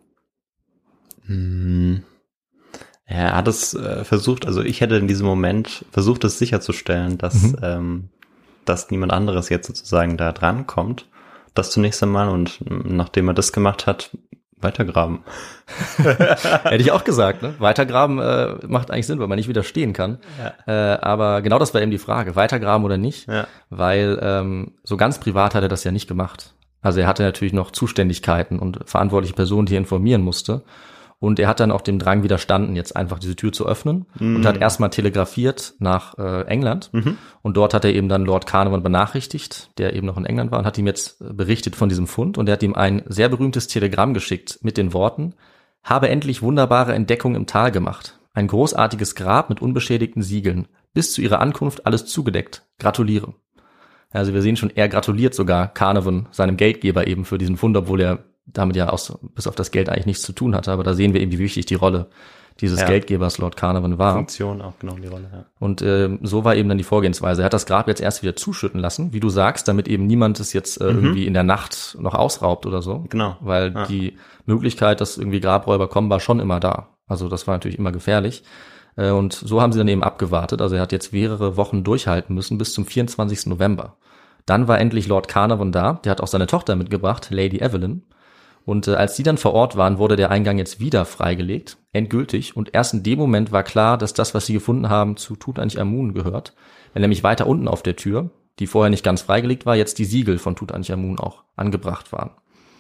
Speaker 4: Hm. Er hat es äh, versucht, also ich hätte in diesem Moment versucht, es sicherzustellen, dass, mhm. ähm, dass niemand anderes jetzt sozusagen da dran kommt. Das zunächst einmal und nachdem er das gemacht hat, weitergraben.
Speaker 5: Hätte ich auch gesagt, ne? Weitergraben äh, macht eigentlich Sinn, weil man nicht widerstehen kann. Ja. Äh, aber genau das war eben die Frage, weitergraben oder nicht, ja. Weil ähm, so ganz privat hat er das ja nicht gemacht. Also er hatte natürlich noch Zuständigkeiten und verantwortliche Personen, die er informieren musste. Und er hat dann auch dem Drang widerstanden, jetzt einfach diese Tür zu öffnen mhm. und hat erstmal telegrafiert nach äh, England. Mhm. Und dort hat er eben dann Lord Carnarvon benachrichtigt, der eben noch in England war, und hat ihm jetzt berichtet von diesem Fund. Und er hat ihm ein sehr berühmtes Telegramm geschickt mit den Worten: Habe endlich wunderbare Entdeckung im Tal gemacht. Ein großartiges Grab mit unbeschädigten Siegeln. Bis zu ihrer Ankunft alles zugedeckt. Gratuliere. Also wir sehen schon, er gratuliert sogar Carnarvon, seinem Geldgeber, eben für diesen Fund, obwohl er damit ja auch bis auf das Geld eigentlich nichts zu tun hatte. Aber da sehen wir eben, wie wichtig die Rolle dieses
Speaker 4: ja.
Speaker 5: Geldgebers Lord Carnarvon war.
Speaker 4: Funktion auch genau die Rolle, ja.
Speaker 5: Und äh, so war eben dann die Vorgehensweise. Er hat das Grab jetzt erst wieder zuschütten lassen, wie du sagst, damit eben niemand es jetzt äh, mhm. irgendwie in der Nacht noch ausraubt oder so.
Speaker 4: Genau.
Speaker 5: Weil
Speaker 4: ja.
Speaker 5: die Möglichkeit, dass irgendwie Grabräuber kommen, war schon immer da. Also das war natürlich immer gefährlich. Äh, und so haben sie dann eben abgewartet. Also er hat jetzt mehrere Wochen durchhalten müssen bis zum vierundzwanzigsten November. Dann war endlich Lord Carnarvon da. Der hat auch seine Tochter mitgebracht, Lady Evelyn. Und äh, als die dann vor Ort waren, wurde der Eingang jetzt wieder freigelegt, endgültig. Und erst in dem Moment war klar, dass das, was sie gefunden haben, zu Tutanchamun gehört. Weil nämlich weiter unten auf der Tür, die vorher nicht ganz freigelegt war, jetzt die Siegel von Tutanchamun auch angebracht waren.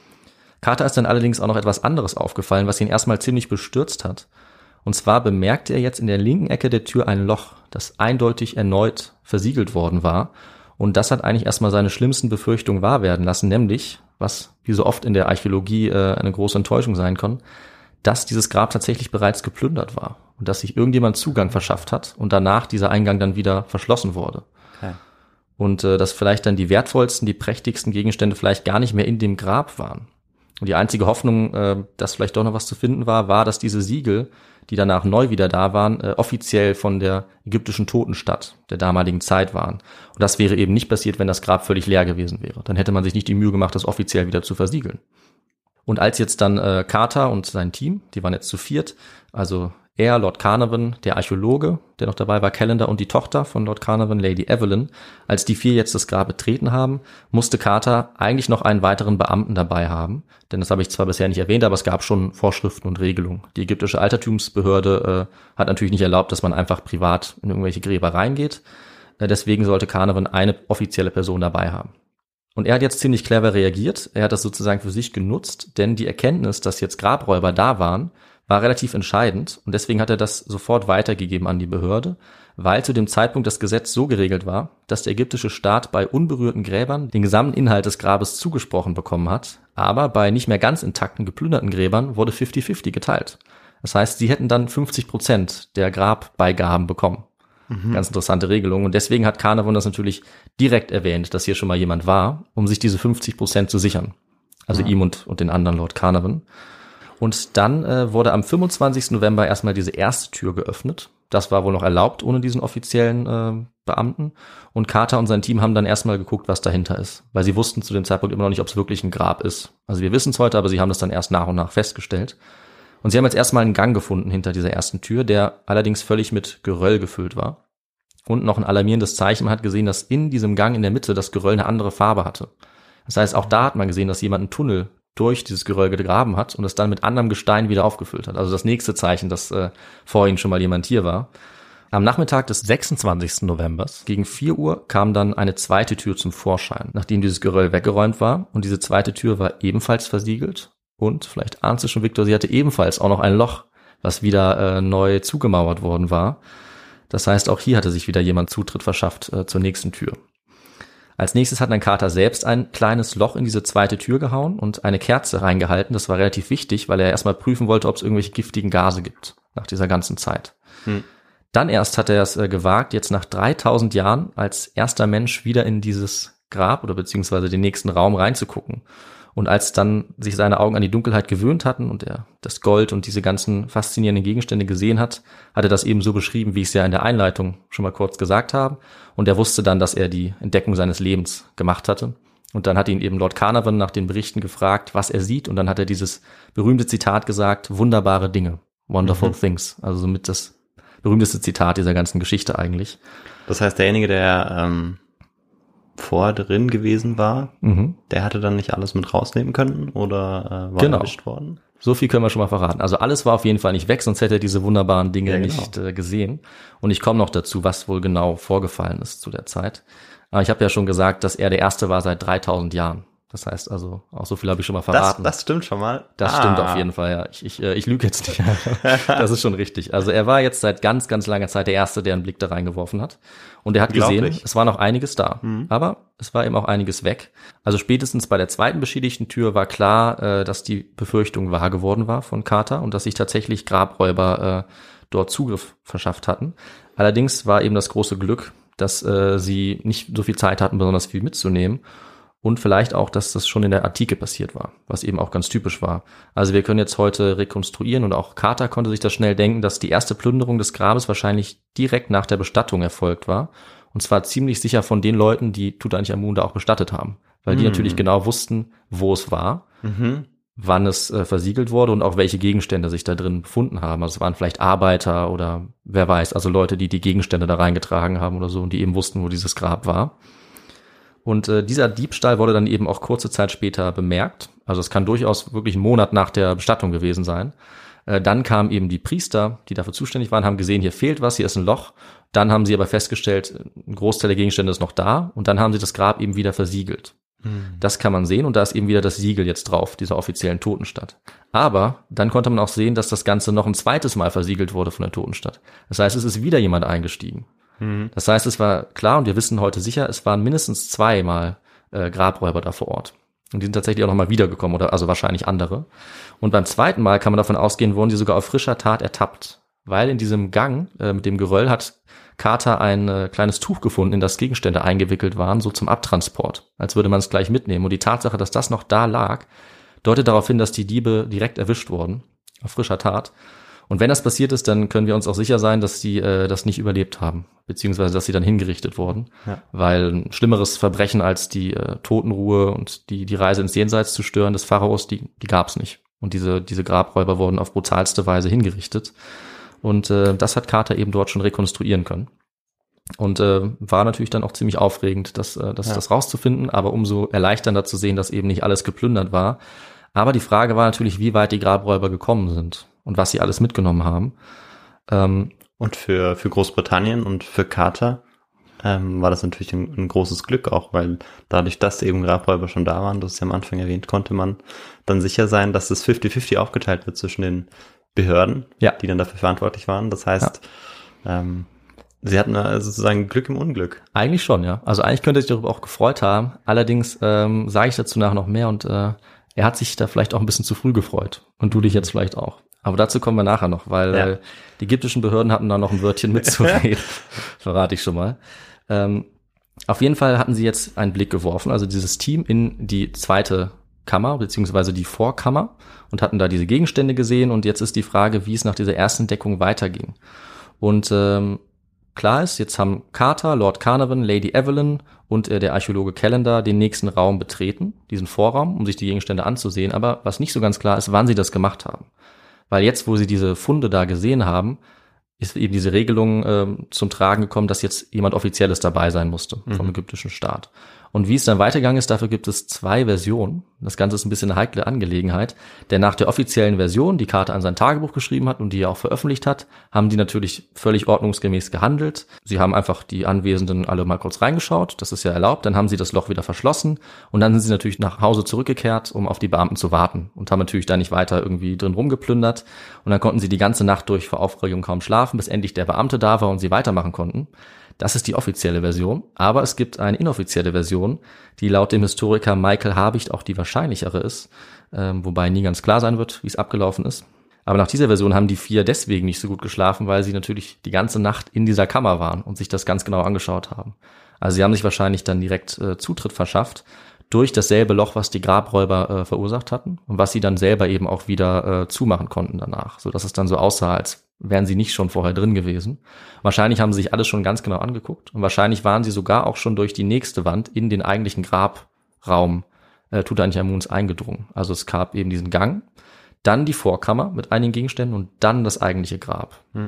Speaker 5: Carter ist dann allerdings auch noch etwas anderes aufgefallen, was ihn erstmal ziemlich bestürzt hat. Und zwar bemerkte er jetzt in der linken Ecke der Tür ein Loch, das eindeutig erneut versiegelt worden war. Und das hat eigentlich erstmal seine schlimmsten Befürchtungen wahr werden lassen, nämlich, was wie so oft in der Archäologie äh, eine große Enttäuschung sein kann, dass dieses Grab tatsächlich bereits geplündert war und dass sich irgendjemand Zugang verschafft hat und danach dieser Eingang dann wieder verschlossen wurde. Okay. Und äh, dass vielleicht dann die wertvollsten, die prächtigsten Gegenstände vielleicht gar nicht mehr in dem Grab waren. Und die einzige Hoffnung, äh, dass vielleicht doch noch was zu finden war, war, dass diese Siegel, die danach neu wieder da waren, äh, offiziell von der ägyptischen Totenstadt der damaligen Zeit waren. Und das wäre eben nicht passiert, wenn das Grab völlig leer gewesen wäre. Dann hätte man sich nicht die Mühe gemacht, das offiziell wieder zu versiegeln. Und als jetzt dann äh, Carter und sein Team, die waren jetzt zu viert, also er, Lord Carnarvon, der Archäologe, der noch dabei war, Callender und die Tochter von Lord Carnarvon, Lady Evelyn, als die vier jetzt das Grab betreten haben, musste Carter eigentlich noch einen weiteren Beamten dabei haben. Denn das habe ich zwar bisher nicht erwähnt, aber es gab schon Vorschriften und Regelungen. Die ägyptische Altertumsbehörde äh, hat natürlich nicht erlaubt, dass man einfach privat in irgendwelche Gräber reingeht. Äh, deswegen sollte Carnarvon eine offizielle Person dabei haben. Und er hat jetzt ziemlich clever reagiert. Er hat das sozusagen für sich genutzt, denn die Erkenntnis, dass jetzt Grabräuber da waren, war relativ entscheidend und deswegen hat er das sofort weitergegeben an die Behörde, weil zu dem Zeitpunkt das Gesetz so geregelt war, dass der ägyptische Staat bei unberührten Gräbern den gesamten Inhalt des Grabes zugesprochen bekommen hat, aber bei nicht mehr ganz intakten, geplünderten Gräbern wurde fünfzig fünfzig geteilt. Das heißt, sie hätten dann fünfzig Prozent der Grabbeigaben bekommen. Mhm. Ganz interessante Regelung und deswegen hat Carnarvon das natürlich direkt erwähnt, dass hier schon mal jemand war, um sich diese fünfzig Prozent zu sichern. Also ja. ihm und, und den anderen Lord Carnarvon. Und dann äh, wurde am fünfundzwanzigsten November erstmal diese erste Tür geöffnet. Das war wohl noch erlaubt ohne diesen offiziellen äh, Beamten. Und Carter und sein Team haben dann erstmal geguckt, was dahinter ist. Weil sie wussten zu dem Zeitpunkt immer noch nicht, ob es wirklich ein Grab ist. Also wir wissen es heute, aber sie haben das dann erst nach und nach festgestellt. Und sie haben jetzt erstmal einen Gang gefunden hinter dieser ersten Tür, der allerdings völlig mit Geröll gefüllt war. Und noch ein alarmierendes Zeichen, man hat gesehen, dass in diesem Gang in der Mitte das Geröll eine andere Farbe hatte. Das heißt, auch da hat man gesehen, dass jemand einen Tunnel durch dieses Geröll gegraben hat und es dann mit anderem Gestein wieder aufgefüllt hat. Also das nächste Zeichen, dass äh, vorhin schon mal jemand hier war. Am Nachmittag des sechsundzwanzigsten November gegen vier Uhr kam dann eine zweite Tür zum Vorschein, nachdem dieses Geröll weggeräumt war. Und diese zweite Tür war ebenfalls versiegelt. Und, vielleicht ahnst du schon, Victor, sie hatte ebenfalls auch noch ein Loch, was wieder äh, neu zugemauert worden war. Das heißt, auch hier hatte sich wieder jemand Zutritt verschafft äh, zur nächsten Tür. Als nächstes hat dann Carter selbst ein kleines Loch in diese zweite Tür gehauen und eine Kerze reingehalten. Das war relativ wichtig, weil er erstmal prüfen wollte, ob es irgendwelche giftigen Gase gibt nach dieser ganzen Zeit. Hm. Dann erst hat er es äh, gewagt, jetzt nach dreitausend Jahren als erster Mensch wieder in dieses Grab oder beziehungsweise den nächsten Raum reinzugucken. Und als dann sich seine Augen an die Dunkelheit gewöhnt hatten und er das Gold und diese ganzen faszinierenden Gegenstände gesehen hat, hat er das eben so beschrieben, wie ich es ja in der Einleitung schon mal kurz gesagt habe. Und er wusste dann, dass er die Entdeckung seines Lebens gemacht hatte. Und dann hat ihn eben Lord Carnarvon nach den Berichten gefragt, was er sieht. Und dann hat er dieses berühmte Zitat gesagt, wunderbare Dinge, wonderful mhm. things. Also somit das berühmteste Zitat dieser ganzen Geschichte eigentlich.
Speaker 4: Das heißt, derjenige, der ähm, vor drin gewesen war, mhm. der hatte dann nicht alles mit rausnehmen können oder äh, war
Speaker 5: genau.
Speaker 4: erwischt worden?
Speaker 5: So viel können wir schon mal verraten. Also alles war auf jeden Fall nicht weg, sonst hätte er diese wunderbaren Dinge ja, genau. nicht äh, gesehen. Und ich komme noch dazu, was wohl genau vorgefallen ist zu der Zeit. Aber ich habe ja schon gesagt, dass er der Erste war seit dreitausend Jahren. Das heißt also, auch so viel habe ich schon mal verraten.
Speaker 4: Das, das stimmt schon mal.
Speaker 5: Das ah. stimmt auf jeden Fall, ja. Ich, ich, ich lüge jetzt nicht. Das ist schon richtig. Also er war jetzt seit ganz, ganz langer Zeit der Erste, der einen Blick da reingeworfen hat. Und er hat gesehen, es war noch einiges da. Mhm. Aber es war eben auch einiges weg. Also spätestens bei der zweiten beschädigten Tür war klar, dass die Befürchtung wahr geworden war von Carter und dass sich tatsächlich Grabräuber äh, dort Zugriff verschafft hatten. Allerdings war eben das große Glück, dass äh, sie nicht so viel Zeit hatten, besonders viel mitzunehmen. Und vielleicht auch, dass das schon in der Antike passiert war, was eben auch ganz typisch war. Also wir können jetzt heute rekonstruieren und auch Carter konnte sich das schnell denken, dass die erste Plünderung des Grabes wahrscheinlich direkt nach der Bestattung erfolgt war. Und zwar ziemlich sicher von den Leuten, die Tutanchamun da auch bestattet haben. Weil die mhm. natürlich genau wussten, wo es war, mhm. wann es äh, versiegelt wurde und auch welche Gegenstände sich da drin befunden haben. Also es waren vielleicht Arbeiter oder wer weiß, also Leute, die die Gegenstände da reingetragen haben oder so und die eben wussten, wo dieses Grab war. Und äh, dieser Diebstahl wurde dann eben auch kurze Zeit später bemerkt. Also es kann durchaus wirklich einen Monat nach der Bestattung gewesen sein. Äh, dann kamen eben die Priester, die dafür zuständig waren, haben gesehen, hier fehlt was, hier ist ein Loch. Dann haben sie aber festgestellt, ein Großteil der Gegenstände ist noch da. Und dann haben sie das Grab eben wieder versiegelt. Hm. Das kann man sehen und da ist eben wieder das Siegel jetzt drauf, dieser offiziellen Totenstadt. Aber dann konnte man auch sehen, dass das Ganze noch ein zweites Mal versiegelt wurde von der Totenstadt. Das heißt, es ist wieder jemand eingestiegen. Das heißt, es war klar und wir wissen heute sicher, es waren mindestens zweimal äh, Grabräuber da vor Ort. Und die sind tatsächlich auch nochmal wiedergekommen, oder also wahrscheinlich andere. Und beim zweiten Mal kann man davon ausgehen, wurden die sogar auf frischer Tat ertappt. Weil in diesem Gang äh, mit dem Geröll hat Carter ein äh, kleines Tuch gefunden, in das Gegenstände eingewickelt waren, so zum Abtransport. Als würde man es gleich mitnehmen. Und die Tatsache, dass das noch da lag, deutet darauf hin, dass die Diebe direkt erwischt wurden, auf frischer Tat. Und wenn das passiert ist, dann können wir uns auch sicher sein, dass sie äh, das nicht überlebt haben, beziehungsweise dass sie dann hingerichtet wurden, ja. Weil ein schlimmeres Verbrechen als die äh, Totenruhe und die die Reise ins Jenseits zu stören des Pharaos, die die gab's nicht. Und diese diese Grabräuber wurden auf brutalste Weise hingerichtet. Und äh, das hat Carter eben dort schon rekonstruieren können. Und äh, war natürlich dann auch ziemlich aufregend, das äh, das, ja. das rauszufinden, aber umso erleichternder zu sehen, dass eben nicht alles geplündert war. Aber die Frage war natürlich, wie weit die Grabräuber gekommen sind und was sie alles mitgenommen haben. Ähm,
Speaker 4: und für für Großbritannien und für Carter ähm, war das natürlich ein, ein großes Glück auch, weil dadurch, dass eben Grabräuber schon da waren, das ist ja am Anfang erwähnt, konnte man dann sicher sein, dass es fünfzig fünfzig aufgeteilt wird zwischen den Behörden, ja. die dann dafür verantwortlich waren. Das heißt, ja. ähm, sie hatten also sozusagen Glück im Unglück.
Speaker 5: Eigentlich schon, ja. Also eigentlich könnte er sich darüber auch gefreut haben. Allerdings ähm, sage ich dazu nachher noch mehr und äh, er hat sich da vielleicht auch ein bisschen zu früh gefreut. Und du dich jetzt vielleicht auch. Aber dazu kommen wir nachher noch, weil ja. äh, die ägyptischen Behörden hatten da noch ein Wörtchen mitzureden. Verrate ich schon mal. Ähm, auf jeden Fall hatten sie jetzt einen Blick geworfen, also dieses Team in die zweite Kammer, beziehungsweise die Vorkammer und hatten da diese Gegenstände gesehen. Und jetzt ist die Frage, wie es nach dieser ersten Entdeckung weiterging. Und ähm, klar ist, jetzt haben Carter, Lord Carnarvon, Lady Evelyn und äh, der Archäologe Callender den nächsten Raum betreten, diesen Vorraum, um sich die Gegenstände anzusehen. Aber was nicht so ganz klar ist, wann sie das gemacht haben. Weil jetzt, wo sie diese Funde da gesehen haben, ist eben diese Regelung äh, zum Tragen gekommen, dass jetzt jemand Offizielles dabei sein musste vom mhm. ägyptischen Staat. Und wie es dann weitergegangen ist, dafür gibt es zwei Versionen. Das Ganze ist ein bisschen eine heikle Angelegenheit, denn nach der offiziellen Version, die Carter an sein Tagebuch geschrieben hat und die er auch veröffentlicht hat, haben die natürlich völlig ordnungsgemäß gehandelt. Sie haben einfach die Anwesenden alle mal kurz reingeschaut, das ist ja erlaubt, dann haben sie das Loch wieder verschlossen und dann sind sie natürlich nach Hause zurückgekehrt, um auf die Beamten zu warten und haben natürlich da nicht weiter irgendwie drin rumgeplündert und dann konnten sie die ganze Nacht durch vor Aufregung kaum schlafen, bis endlich der Beamte da war und sie weitermachen konnten. Das ist die offizielle Version, aber es gibt eine inoffizielle Version, die laut dem Historiker Michael Habicht auch die wahrscheinlichere ist, ähm, wobei nie ganz klar sein wird, wie es abgelaufen ist. Aber nach dieser Version haben die vier deswegen nicht so gut geschlafen, weil sie natürlich die ganze Nacht in dieser Kammer waren und sich das ganz genau angeschaut haben. Also sie haben sich wahrscheinlich dann direkt äh, Zutritt verschafft durch dasselbe Loch, was die Grabräuber äh, verursacht hatten und was sie dann selber eben auch wieder äh, zumachen konnten danach, sodass es dann so aussah, als wären sie nicht schon vorher drin gewesen. Wahrscheinlich haben sie sich alles schon ganz genau angeguckt und wahrscheinlich waren sie sogar auch schon durch die nächste Wand in den eigentlichen Grabraum äh, Tutanchamuns eingedrungen. Also es gab eben diesen Gang, dann die Vorkammer mit einigen Gegenständen und dann das eigentliche Grab. Hm.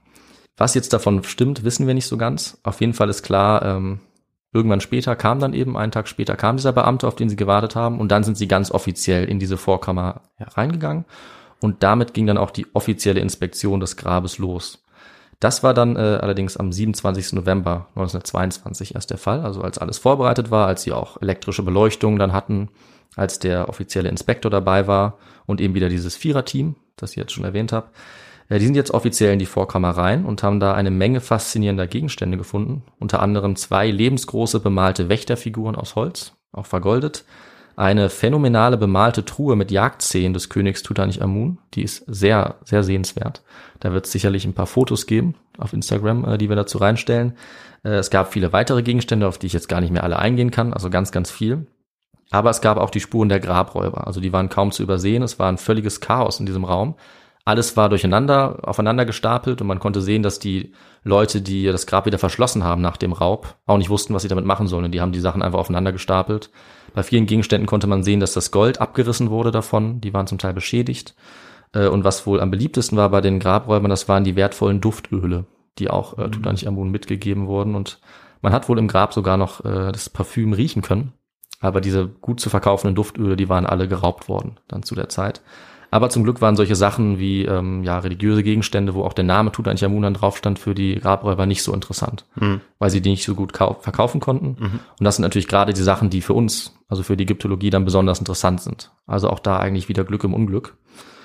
Speaker 5: Was jetzt davon stimmt, wissen wir nicht so ganz. Auf jeden Fall ist klar, ähm, irgendwann später kam dann eben, einen Tag später kam dieser Beamte, auf den sie gewartet haben und dann sind sie ganz offiziell in diese Vorkammer ja, reingegangen. Und damit ging dann auch die offizielle Inspektion des Grabes los. Das war dann äh, allerdings am siebenundzwanzigsten November neunzehnhundertzweiundzwanzig erst der Fall, also als alles vorbereitet war, als sie auch elektrische Beleuchtung dann hatten, als der offizielle Inspektor dabei war und eben wieder dieses Viererteam, das ich jetzt schon erwähnt habe. Äh, die sind jetzt offiziell in die Vorkammer rein und haben da eine Menge faszinierender Gegenstände gefunden, unter anderem zwei lebensgroße bemalte Wächterfiguren aus Holz, auch vergoldet, eine phänomenale bemalte Truhe mit Jagdszenen des Königs Tutanchamun, die ist sehr, sehr sehenswert. Da wird es sicherlich ein paar Fotos geben auf Instagram, die wir dazu reinstellen. Es gab viele weitere Gegenstände, auf die ich jetzt gar nicht mehr alle eingehen kann, also ganz, ganz viel. Aber es gab auch die Spuren der Grabräuber. Also die waren kaum zu übersehen. Es war ein völliges Chaos in diesem Raum. Alles war durcheinander, aufeinander gestapelt und man konnte sehen, dass die Leute, die das Grab wieder verschlossen haben nach dem Raub, auch nicht wussten, was sie damit machen sollen. Und die haben die Sachen einfach aufeinander gestapelt. Bei vielen Gegenständen konnte man sehen, dass das Gold abgerissen wurde davon. Die waren zum Teil beschädigt. Und was wohl am beliebtesten war bei den Grabräubern, das waren die wertvollen Duftöle, die auch äh, Tutanchamun mitgegeben wurden. Und man hat wohl im Grab sogar noch äh, das Parfüm riechen können. Aber diese gut zu verkaufenden Duftöle, die waren alle geraubt worden dann zu der Zeit. Aber zum Glück waren solche Sachen wie ähm, ja religiöse Gegenstände, wo auch der Name Tutanchamun dann drauf stand, für die Grabräuber nicht so interessant, mhm. weil sie die nicht so gut kau- verkaufen konnten. Mhm. Und das sind natürlich gerade die Sachen, die für uns, also für die Ägyptologie, dann besonders interessant sind. Also auch da eigentlich wieder Glück im Unglück.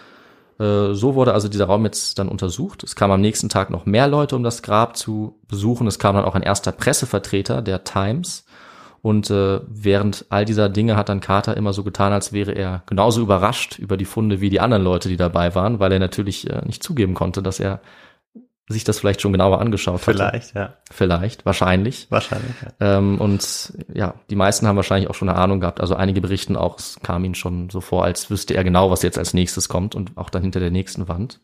Speaker 5: Äh, so wurde also dieser Raum jetzt dann untersucht. Es kamen am nächsten Tag noch mehr Leute, um das Grab zu besuchen. Es kam dann auch ein erster Pressevertreter der Times. Und äh, während all dieser Dinge hat dann Carter immer so getan, als wäre er genauso überrascht über die Funde wie die anderen Leute, die dabei waren, weil er natürlich äh, nicht zugeben konnte, dass er sich das vielleicht schon genauer angeschaut hat.
Speaker 4: Vielleicht, ja.
Speaker 5: Vielleicht, wahrscheinlich.
Speaker 4: Wahrscheinlich, ja.
Speaker 5: Ähm, und ja, die meisten haben wahrscheinlich auch schon eine Ahnung gehabt. Also einige berichten auch, es kam ihnen schon so vor, als wüsste er genau, was jetzt als nächstes kommt und auch dann hinter der nächsten Wand.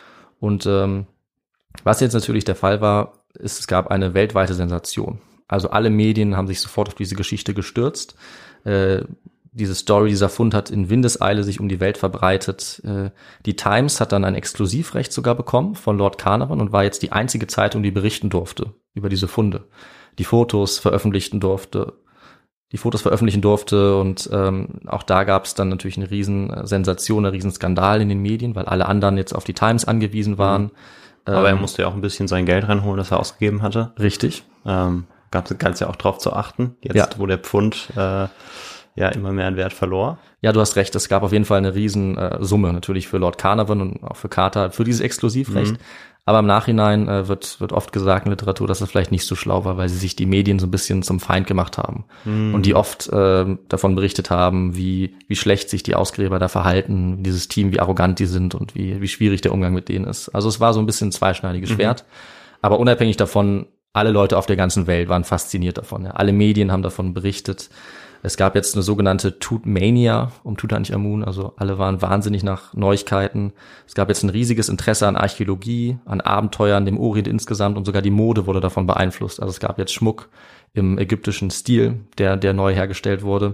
Speaker 5: Und ähm, was jetzt natürlich der Fall war, ist, es gab eine weltweite Sensation. Also alle Medien haben sich sofort auf diese Geschichte gestürzt. Äh, diese Story, dieser Fund hat in Windeseile sich um die Welt verbreitet. Äh, die Times hat dann ein Exklusivrecht sogar bekommen von Lord Carnarvon und war jetzt die einzige Zeitung, die berichten durfte über diese Funde. Die Fotos veröffentlichten durfte, die Fotos veröffentlichen durfte und ähm, auch da gab es dann natürlich eine riesen Sensation, einen riesen Skandal in den Medien, weil alle anderen jetzt auf die Times angewiesen waren.
Speaker 4: Mhm. Aber
Speaker 5: ähm,
Speaker 4: er musste ja auch ein bisschen sein Geld reinholen, das er ausgegeben hatte.
Speaker 5: Richtig.
Speaker 4: Ähm, gab es ja auch drauf zu achten, jetzt
Speaker 5: ja.
Speaker 4: wo der Pfund äh, ja immer mehr an Wert verlor.
Speaker 5: Ja, du hast recht, es gab auf jeden Fall eine riesen äh, Summe natürlich für Lord Carnarvon und auch für Carter für dieses Exklusivrecht. Mhm. Aber im Nachhinein äh, wird wird oft gesagt in Literatur, dass es vielleicht nicht so schlau war, weil sie sich die Medien so ein bisschen zum Feind gemacht haben. Mhm. Und die oft äh, davon berichtet haben, wie wie schlecht sich die Ausgräber da verhalten, dieses Team, wie arrogant die sind und wie wie schwierig der Umgang mit denen ist. Also es war so ein bisschen ein zweischneidiges mhm. Schwert. Aber unabhängig davon, alle Leute auf der ganzen Welt waren fasziniert davon. Ja. Alle Medien haben davon berichtet. Es gab jetzt eine sogenannte Tut-Mania um Tutanchamun, also alle waren wahnsinnig nach Neuigkeiten. Es gab jetzt ein riesiges Interesse an Archäologie, an Abenteuern, dem Orient insgesamt und sogar die Mode wurde davon beeinflusst. Also es gab jetzt Schmuck im ägyptischen Stil, der der neu hergestellt wurde.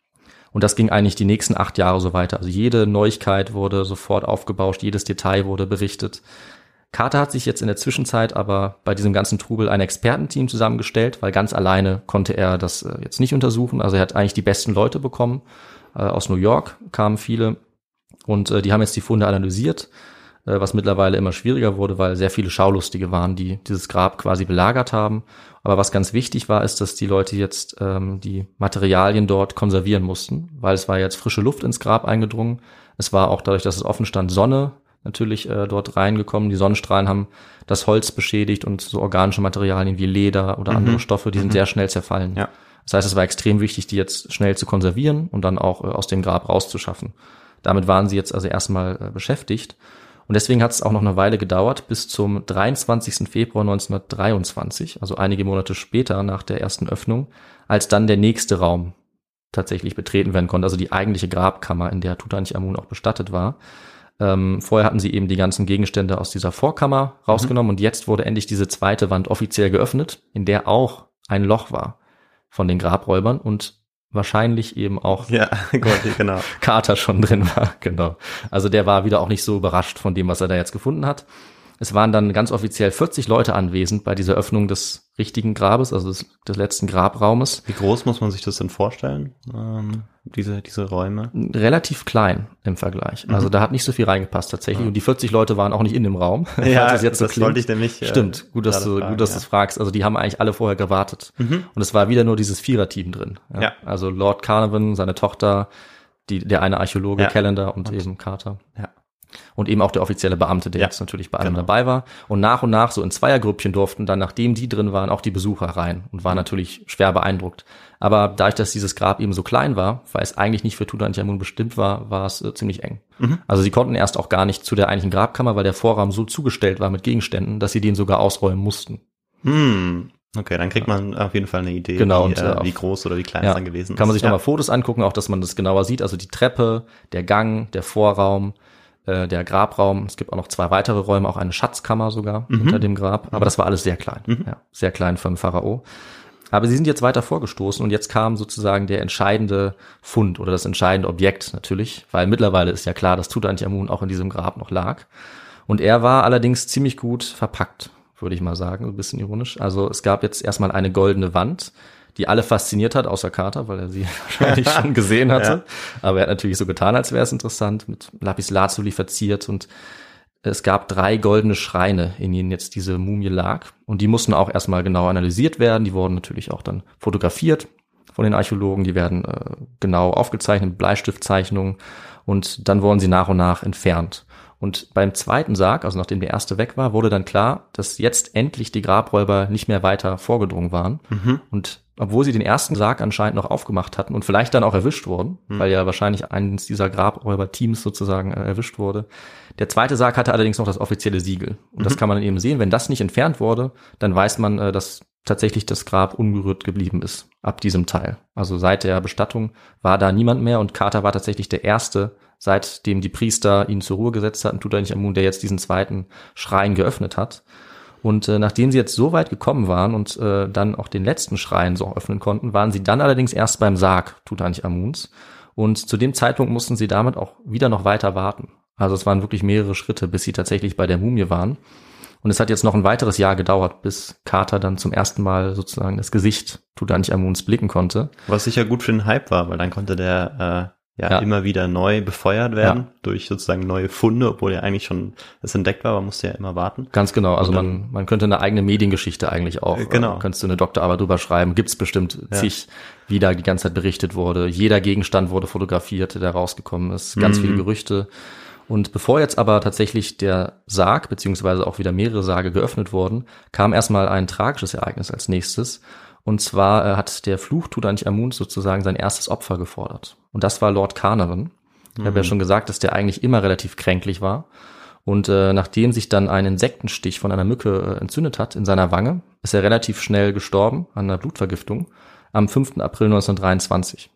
Speaker 5: Und das ging eigentlich die nächsten acht Jahre so weiter. Also jede Neuigkeit wurde sofort aufgebauscht, jedes Detail wurde berichtet. Carter hat sich jetzt in der Zwischenzeit aber bei diesem ganzen Trubel ein Expertenteam zusammengestellt, weil ganz alleine konnte er das äh, jetzt nicht untersuchen. Also er hat eigentlich die besten Leute bekommen. Äh, aus New York kamen viele und äh, die haben jetzt die Funde analysiert, äh, was mittlerweile immer schwieriger wurde, weil sehr viele Schaulustige waren, die dieses Grab quasi belagert haben. Aber was ganz wichtig war, ist, dass die Leute jetzt ähm, die Materialien dort konservieren mussten, weil es war jetzt frische Luft ins Grab eingedrungen. Es war auch dadurch, dass es offen stand, Sonne natürlich äh, dort reingekommen. Die Sonnenstrahlen haben das Holz beschädigt und so organische Materialien wie Leder oder mhm. andere Stoffe, die mhm. sind sehr schnell zerfallen. Ja. Das heißt, es war extrem wichtig, die jetzt schnell zu konservieren und dann auch äh, aus dem Grab rauszuschaffen. Damit waren sie jetzt also erstmal äh, beschäftigt. Und deswegen hat es auch noch eine Weile gedauert, bis zum dreiundzwanzigsten Februar neunzehnhundertdreiundzwanzig, also einige Monate später nach der ersten Öffnung, als dann der nächste Raum tatsächlich betreten werden konnte, also die eigentliche Grabkammer, in der Tutanchamun auch bestattet war. Ähm, vorher hatten sie eben die ganzen Gegenstände aus dieser Vorkammer rausgenommen mhm. und jetzt wurde endlich diese zweite Wand offiziell geöffnet, in der auch ein Loch war von den Grabräubern und wahrscheinlich eben auch
Speaker 4: ja, Gott, genau.
Speaker 5: Carter schon drin war. Genau. Also der war wieder auch nicht so überrascht von dem, was er da jetzt gefunden hat. Es waren dann ganz offiziell vierzig Leute anwesend bei dieser Öffnung des richtigen Grabes, also des, des letzten Grabraumes.
Speaker 4: Wie groß muss man sich das denn vorstellen, ähm, diese diese Räume?
Speaker 5: Relativ klein im Vergleich. Mhm. Also da hat nicht so viel reingepasst tatsächlich. Ja. Und die vierzig Leute waren auch nicht in dem Raum.
Speaker 4: Ja, das, jetzt so das wollte ich nämlich.
Speaker 5: Äh, Stimmt, gut, dass du fragen, gut, dass ja. du es fragst. Also die haben eigentlich alle vorher gewartet. Mhm. Und es war wieder nur dieses Viererteam drin. Ja. Ja. Also Lord Carnarvon, seine Tochter, die der eine Archäologe, ja. Callender und, und eben Carter. Ja. Und eben auch der offizielle Beamte, der ja, jetzt natürlich bei allem genau. dabei war. Und nach und nach, so in Zweiergrüppchen durften dann, nachdem die drin waren, auch die Besucher rein und waren mhm. natürlich schwer beeindruckt. Aber dadurch, dass dieses Grab eben so klein war, weil es eigentlich nicht für Tutanchamun bestimmt war, war es äh, ziemlich eng. Mhm. Also sie konnten erst auch gar nicht zu der eigentlichen Grabkammer, weil der Vorraum so zugestellt war mit Gegenständen, dass sie den sogar ausräumen mussten.
Speaker 4: Hm. Okay, dann kriegt man auf jeden Fall eine Idee,
Speaker 5: genau,
Speaker 4: wie,
Speaker 5: und,
Speaker 4: äh,
Speaker 5: äh,
Speaker 4: wie groß oder wie klein
Speaker 5: ja,
Speaker 4: es dann gewesen ist.
Speaker 5: kann man sich
Speaker 4: ja.
Speaker 5: nochmal Fotos angucken, auch dass man das genauer sieht. Also die Treppe, der Gang, der Vorraum, äh, der Grabraum. Es gibt auch noch zwei weitere Räume, auch eine Schatzkammer sogar mhm. unter dem Grab. Aber mhm. das war alles sehr klein, mhm. ja, sehr klein für einen Pharao. Aber sie sind jetzt weiter vorgestoßen und jetzt kam sozusagen der entscheidende Fund oder das entscheidende Objekt natürlich, weil mittlerweile ist ja klar, dass Tutanchamun auch in diesem Grab noch lag. Und er war allerdings ziemlich gut verpackt, würde ich mal sagen, ein bisschen ironisch. Also es gab jetzt erstmal eine goldene Wand, die alle fasziniert hat, außer Carter, weil er sie wahrscheinlich schon gesehen hatte. Ja. Aber er hat natürlich so getan, als wäre es interessant, mit Lapislazuli verziert. Und es gab drei goldene Schreine, in denen jetzt diese Mumie lag. Und die mussten auch erstmal genau analysiert werden. Die wurden natürlich auch dann fotografiert von den Archäologen. Die werden äh, genau aufgezeichnet mit Bleistiftzeichnungen. Und dann wurden sie nach und nach entfernt. Und beim zweiten Sarg, also nachdem der erste weg war, wurde dann klar, dass jetzt endlich die Grabräuber nicht mehr weiter vorgedrungen waren. Mhm. Und obwohl sie den ersten Sarg anscheinend noch aufgemacht hatten und vielleicht dann auch erwischt wurden, mhm. weil ja wahrscheinlich eines dieser Grabräuber-Teams sozusagen äh, erwischt wurde. Der zweite Sarg hatte allerdings noch das offizielle Siegel. Und mhm. das kann man eben sehen. Wenn das nicht entfernt wurde, dann weiß man, äh, dass tatsächlich das Grab unberührt geblieben ist ab diesem Teil. Also seit der Bestattung war da niemand mehr und Carter war tatsächlich der Erste, seitdem die Priester ihn zur Ruhe gesetzt hatten, Tutanchamun, der jetzt diesen zweiten Schrein geöffnet hat. Und äh, nachdem sie jetzt so weit gekommen waren und äh, dann auch den letzten Schrein so öffnen konnten, waren sie dann allerdings erst beim Sarg Tutanchamuns. Und zu dem Zeitpunkt mussten sie damit auch wieder noch weiter warten. Also es waren wirklich mehrere Schritte, bis sie tatsächlich bei der Mumie waren. Und es hat jetzt noch ein weiteres Jahr gedauert, bis Carter dann zum ersten Mal sozusagen das Gesicht Tutanchamuns blicken konnte.
Speaker 4: Was sicher gut für den Hype war, weil dann konnte der äh Ja, ja, immer wieder neu befeuert werden ja. durch sozusagen neue Funde, obwohl ja eigentlich schon es entdeckt war, man musste ja immer warten.
Speaker 5: Ganz genau, also dann, man man könnte eine eigene Mediengeschichte eigentlich auch,
Speaker 4: genau.
Speaker 5: äh, könntest du eine Doktorarbeit drüber schreiben, gibt's bestimmt ja. zig, wie da die ganze Zeit berichtet wurde, jeder Gegenstand wurde fotografiert, der rausgekommen ist, ganz mhm. viele Gerüchte. Und bevor jetzt aber tatsächlich der Sarg, beziehungsweise auch wieder mehrere Särge geöffnet wurden, kam erstmal ein tragisches Ereignis als nächstes. Und zwar äh, hat der Fluch Tutanchamuns sozusagen sein erstes Opfer gefordert. Und das war Lord Carnarvon. Ich mhm. habe ja schon gesagt, dass der eigentlich immer relativ kränklich war. Und äh, nachdem sich dann ein Insektenstich von einer Mücke äh, entzündet hat in seiner Wange, ist er relativ schnell gestorben an einer Blutvergiftung am fünften April neunzehnhundertdreiundzwanzig.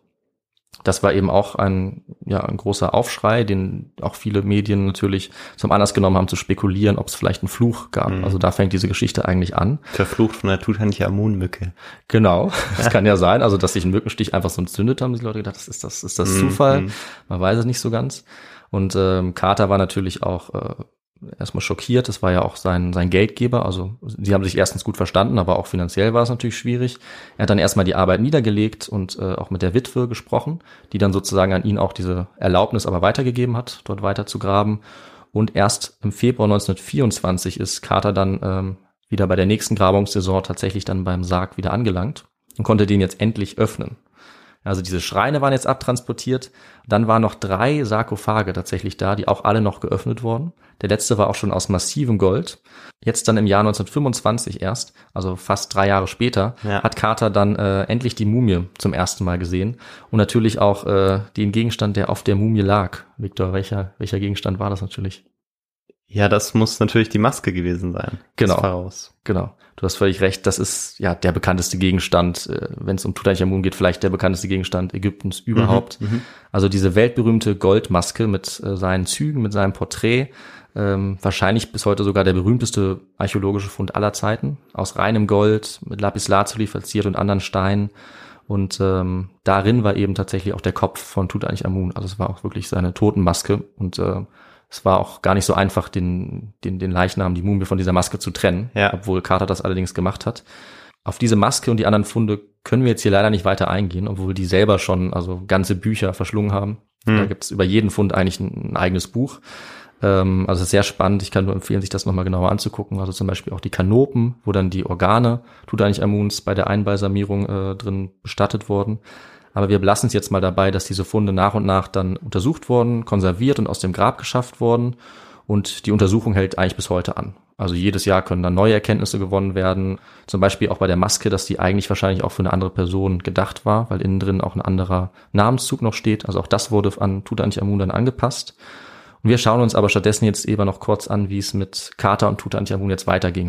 Speaker 5: Das war eben auch ein, ja, ein großer Aufschrei, den auch viele Medien natürlich zum Anlass genommen haben, zu spekulieren, ob es vielleicht einen Fluch gab. Mhm. Also da fängt diese Geschichte eigentlich an.
Speaker 4: Verflucht von der Tutanchamun-Mücke.
Speaker 5: Genau, das kann ja sein. Also, dass sich ein Mückenstich einfach so entzündet, haben die Leute gedacht, das ist das, ist das mhm. Zufall. Man weiß es nicht so ganz. Und ähm, Carter war natürlich auch äh, erstmal schockiert. Das war ja auch sein sein Geldgeber. Also sie haben sich erstens gut verstanden, aber auch finanziell war es natürlich schwierig. Er hat dann erstmal die Arbeit niedergelegt und äh, auch mit der Witwe gesprochen, die dann sozusagen an ihn auch diese Erlaubnis aber weitergegeben hat, dort weiter zu graben. Und erst im Februar neunzehnhundertvierundzwanzig ist Carter dann ähm, wieder bei der nächsten Grabungssaison tatsächlich dann beim Sarg wieder angelangt und konnte den jetzt endlich öffnen. Also diese Schreine waren jetzt abtransportiert. Dann waren noch drei Sarkophage tatsächlich da, die auch alle noch geöffnet wurden. Der letzte war auch schon aus massivem Gold. Jetzt dann im Jahr neunzehnhundertfünfundzwanzig erst, also fast drei Jahre später, ja. hat Carter dann äh, endlich die Mumie zum ersten Mal gesehen. Und natürlich auch äh, den Gegenstand, der auf der Mumie lag. Victor, welcher, welcher Gegenstand war das natürlich?
Speaker 4: Ja, das muss natürlich die Maske gewesen sein.
Speaker 5: Genau, genau. Du hast völlig recht. Das ist ja der bekannteste Gegenstand, äh, wenn es um Tutanchamun geht, vielleicht der bekannteste Gegenstand Ägyptens überhaupt. Mhm, also diese weltberühmte Goldmaske mit äh, seinen Zügen, mit seinem Porträt, ähm, wahrscheinlich bis heute sogar der berühmteste archäologische Fund aller Zeiten, aus reinem Gold, mit Lapislazuli verziert und anderen Steinen. Und ähm, darin war eben tatsächlich auch der Kopf von Tutanchamun. Also es war auch wirklich seine Totenmaske und äh, es war auch gar nicht so einfach, den, den, den Leichnam, die Mumie von dieser Maske zu trennen, ja. obwohl Carter das allerdings gemacht hat. Auf diese Maske und die anderen Funde können wir jetzt hier leider nicht weiter eingehen, obwohl die selber schon also ganze Bücher verschlungen haben. Hm. Da gibt es über jeden Fund eigentlich ein, ein eigenes Buch. Ähm, also es ist sehr spannend. Ich kann nur empfehlen, sich das nochmal genauer anzugucken. Also zum Beispiel auch die Kanopen, wo dann die Organe Tutanchamuns bei der Einbalsamierung äh, drin bestattet wurden. Aber wir belassen es jetzt mal dabei, dass diese Funde nach und nach dann untersucht wurden, konserviert und aus dem Grab geschafft wurden. Und die Untersuchung hält eigentlich bis heute an. Also jedes Jahr können dann neue Erkenntnisse gewonnen werden. Zum Beispiel auch bei der Maske, dass die eigentlich wahrscheinlich auch für eine andere Person gedacht war, weil innen drin auch ein anderer Namenszug noch steht. Also auch das wurde an Tutanchamun dann angepasst. Und wir schauen uns aber stattdessen jetzt eben noch kurz an, wie es mit Carter und Tutanchamun jetzt weiterging.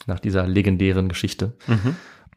Speaker 5: nach dieser legendären Geschichte.
Speaker 4: Mhm.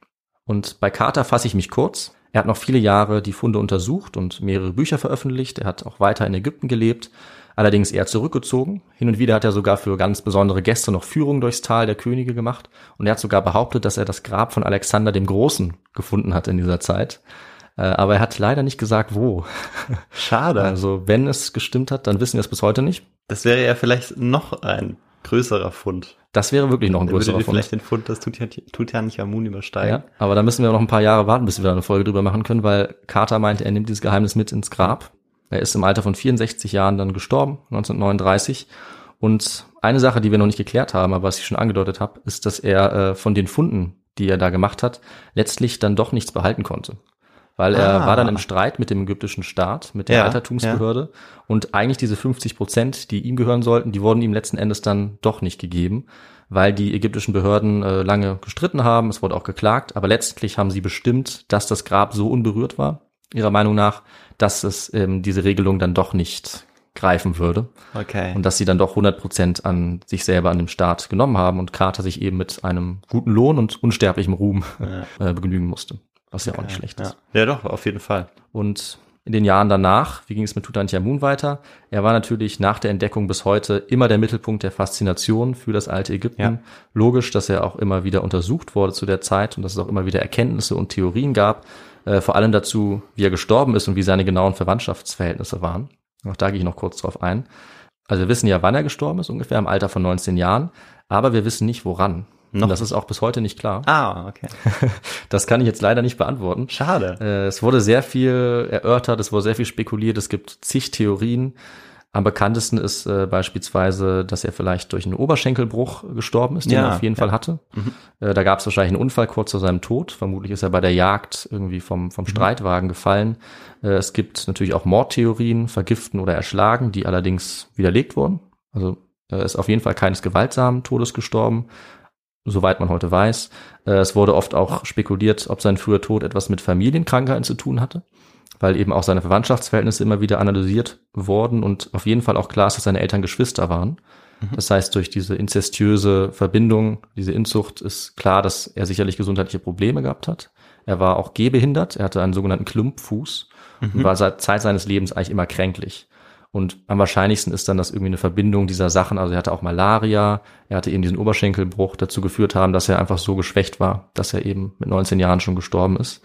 Speaker 5: Und bei Carter fasse ich mich kurz. Er hat noch viele Jahre die Funde untersucht und mehrere Bücher veröffentlicht. Er hat auch weiter in Ägypten gelebt, allerdings eher zurückgezogen. Hin und wieder hat er sogar für ganz besondere Gäste noch Führungen durchs Tal der Könige gemacht. Und er hat sogar behauptet, dass er das Grab von Alexander dem Großen gefunden hat in dieser Zeit. Aber er hat leider nicht gesagt, wo.
Speaker 4: Schade.
Speaker 5: Also wenn es gestimmt hat, dann wissen wir es bis heute nicht.
Speaker 4: Das wäre ja vielleicht noch ein größerer Fund.
Speaker 5: Das wäre wirklich noch ein
Speaker 4: Dann
Speaker 5: größerer
Speaker 4: würde
Speaker 5: Fund.
Speaker 4: Vielleicht den Fund, das Tutanchamun übersteigen.
Speaker 5: Ja, aber da müssen wir noch ein paar Jahre warten, bis wir da eine Folge drüber machen können, weil Carter meinte, er nimmt dieses Geheimnis mit ins Grab. Er ist im Alter von vierundsechzig Jahren dann gestorben, neunzehnhundertneununddreißig. Und eine Sache, die wir noch nicht geklärt haben, aber was ich schon angedeutet habe, ist, dass er äh, von den Funden, die er da gemacht hat, letztlich dann doch nichts behalten konnte. Weil er
Speaker 4: Ah.
Speaker 5: war dann im Streit mit dem ägyptischen Staat, mit der
Speaker 4: Ja,
Speaker 5: Altertumsbehörde. Und eigentlich diese fünfzig Prozent, die ihm gehören sollten, die wurden ihm letzten Endes dann doch nicht gegeben, weil die ägyptischen Behörden äh, lange gestritten haben. Es wurde auch geklagt, aber letztlich haben sie bestimmt, dass das Grab so unberührt war, ihrer Meinung nach, dass es ähm, diese Regelung dann doch nicht greifen würde.
Speaker 4: Okay.
Speaker 5: Und dass sie dann doch hundert Prozent an sich selber, an dem Staat genommen haben und Carter sich eben mit einem guten Lohn und unsterblichem Ruhm
Speaker 4: Ja.
Speaker 5: äh, begnügen musste. Was ja auch nicht schlecht ist.
Speaker 4: Ja. ja, doch, auf jeden Fall.
Speaker 5: Und in den Jahren danach, wie ging es mit Tutanchamun weiter? Er war natürlich nach der Entdeckung bis heute immer der Mittelpunkt der Faszination für das alte Ägypten.
Speaker 4: Ja.
Speaker 5: Logisch, dass er auch immer wieder untersucht wurde zu der Zeit und dass es auch immer wieder Erkenntnisse und Theorien gab, äh, vor allem dazu, wie er gestorben ist und wie seine genauen Verwandtschaftsverhältnisse waren. Auch da gehe ich noch kurz drauf ein. Also wir wissen ja, wann er gestorben ist, ungefähr im Alter von neunzehn Jahren, aber wir wissen nicht, woran.
Speaker 4: Noch
Speaker 5: Und das ist auch bis heute nicht klar.
Speaker 4: Ah, okay.
Speaker 5: Das kann ich jetzt leider nicht beantworten.
Speaker 4: Schade.
Speaker 5: Äh, es wurde sehr viel erörtert, es wurde sehr viel spekuliert, es gibt zig Theorien. Am bekanntesten ist äh, beispielsweise, dass er vielleicht durch einen Oberschenkelbruch gestorben ist, den
Speaker 4: Ja,
Speaker 5: er auf jeden
Speaker 4: ja.
Speaker 5: Fall hatte.
Speaker 4: Mhm.
Speaker 5: Äh, da gab es wahrscheinlich einen Unfall kurz vor seinem Tod. Vermutlich ist er bei der Jagd irgendwie vom, vom Streitwagen gefallen. Äh, es gibt natürlich auch Mordtheorien, vergiften oder erschlagen, die allerdings widerlegt wurden. Also er ist auf jeden Fall keines gewaltsamen Todes gestorben, soweit man heute weiß. Äh, es wurde oft auch spekuliert, ob sein früher Tod etwas mit Familienkrankheiten zu tun hatte, weil eben auch seine Verwandtschaftsverhältnisse immer wieder analysiert wurden und auf jeden Fall auch klar ist, dass seine Eltern Geschwister waren. Das heißt, durch diese inzestiöse Verbindung, diese Inzucht ist klar, dass er sicherlich gesundheitliche Probleme gehabt hat. Er war auch gehbehindert, er hatte einen sogenannten Klumpfuß und war seit Zeit seines Lebens eigentlich immer kränklich. Und am wahrscheinlichsten ist dann, dass irgendwie eine Verbindung dieser Sachen, also er hatte auch Malaria, er hatte eben diesen Oberschenkelbruch, dazu geführt haben, dass er einfach so geschwächt war, dass er eben mit neunzehn Jahren schon gestorben ist.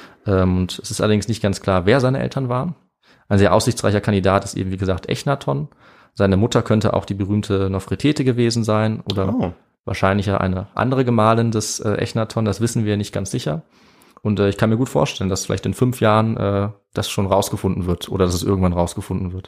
Speaker 5: Und es ist allerdings nicht ganz klar, wer seine Eltern waren. Ein sehr aussichtsreicher Kandidat ist eben, wie gesagt, Echnaton. Seine Mutter könnte auch die berühmte Nofretete gewesen sein oder
Speaker 4: Oh.
Speaker 5: wahrscheinlich ja eine andere Gemahlin des äh, Echnaton, das wissen wir nicht ganz sicher. Und äh, ich kann mir gut vorstellen, dass vielleicht in fünf Jahren äh, das schon rausgefunden wird oder dass es irgendwann rausgefunden wird.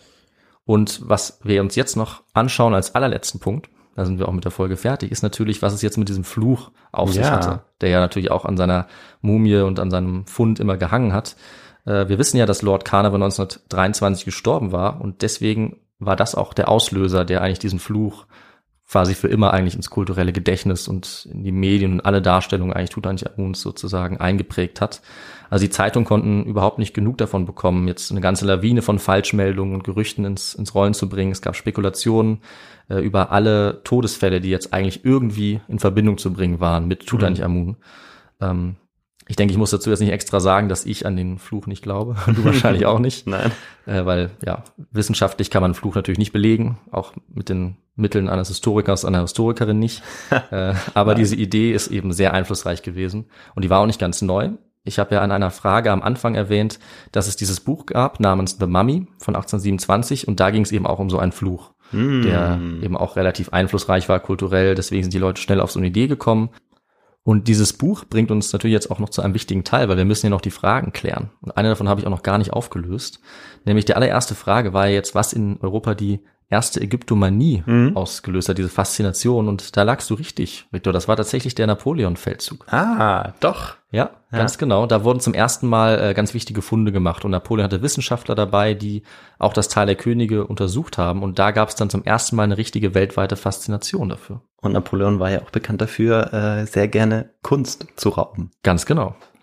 Speaker 5: Und was wir uns jetzt noch anschauen als allerletzten Punkt, da sind wir auch mit der Folge fertig, ist natürlich, was es jetzt mit diesem Fluch auf sich
Speaker 4: Ja.
Speaker 5: hatte, der ja natürlich auch an seiner Mumie und an seinem Fund immer gehangen hat. Äh, wir wissen ja, dass Lord Carnarvon neunzehnhundertdreiundzwanzig gestorben war und deswegen war das auch der Auslöser, der eigentlich diesen Fluch quasi für immer eigentlich ins kulturelle Gedächtnis und in die Medien und alle Darstellungen eigentlich Tutanchamuns sozusagen eingeprägt hat. Also die Zeitungen konnten überhaupt nicht genug davon bekommen, jetzt eine ganze Lawine von Falschmeldungen und Gerüchten ins, ins Rollen zu bringen. Es gab Spekulationen äh, über alle Todesfälle, die jetzt eigentlich irgendwie in Verbindung zu bringen waren mit Tutanchamun. Mhm. Ähm, ich denke, ich muss dazu jetzt nicht extra sagen, dass ich an den Fluch nicht glaube. Du wahrscheinlich auch nicht.
Speaker 4: Nein.
Speaker 5: Äh, weil, ja, wissenschaftlich kann man einen Fluch natürlich nicht belegen, auch mit den Mitteln eines Historikers, einer Historikerin nicht. äh, aber diese Idee ist eben sehr einflussreich gewesen und die war auch nicht ganz neu. Ich habe ja an einer Frage am Anfang erwähnt, dass es dieses Buch gab namens The Mummy von achtzehnhundertsiebenundzwanzig und da ging es eben auch um so einen Fluch,
Speaker 4: Mm.
Speaker 5: der eben auch relativ einflussreich war kulturell. Deswegen sind die Leute schnell auf so eine Idee gekommen. Und dieses Buch bringt uns natürlich jetzt auch noch zu einem wichtigen Teil, weil wir müssen ja noch die Fragen klären. Und eine davon habe ich auch noch gar nicht aufgelöst. Nämlich die allererste Frage war jetzt, was in Europa die erste Ägyptomanie
Speaker 4: Mhm.
Speaker 5: ausgelöst hat, diese Faszination. Und da lagst du richtig, Victor. Das war tatsächlich der Napoleon-Feldzug.
Speaker 4: Ah, doch.
Speaker 5: Ja,
Speaker 4: Ja.
Speaker 5: ganz genau. Da wurden zum ersten Mal äh, ganz wichtige Funde gemacht. Und Napoleon hatte Wissenschaftler dabei, die auch das Tal der Könige untersucht haben. Und da gab es dann zum ersten Mal eine richtige weltweite Faszination dafür.
Speaker 4: Und Napoleon war ja auch bekannt dafür, äh, sehr gerne Kunst zu rauben.
Speaker 5: Ganz genau.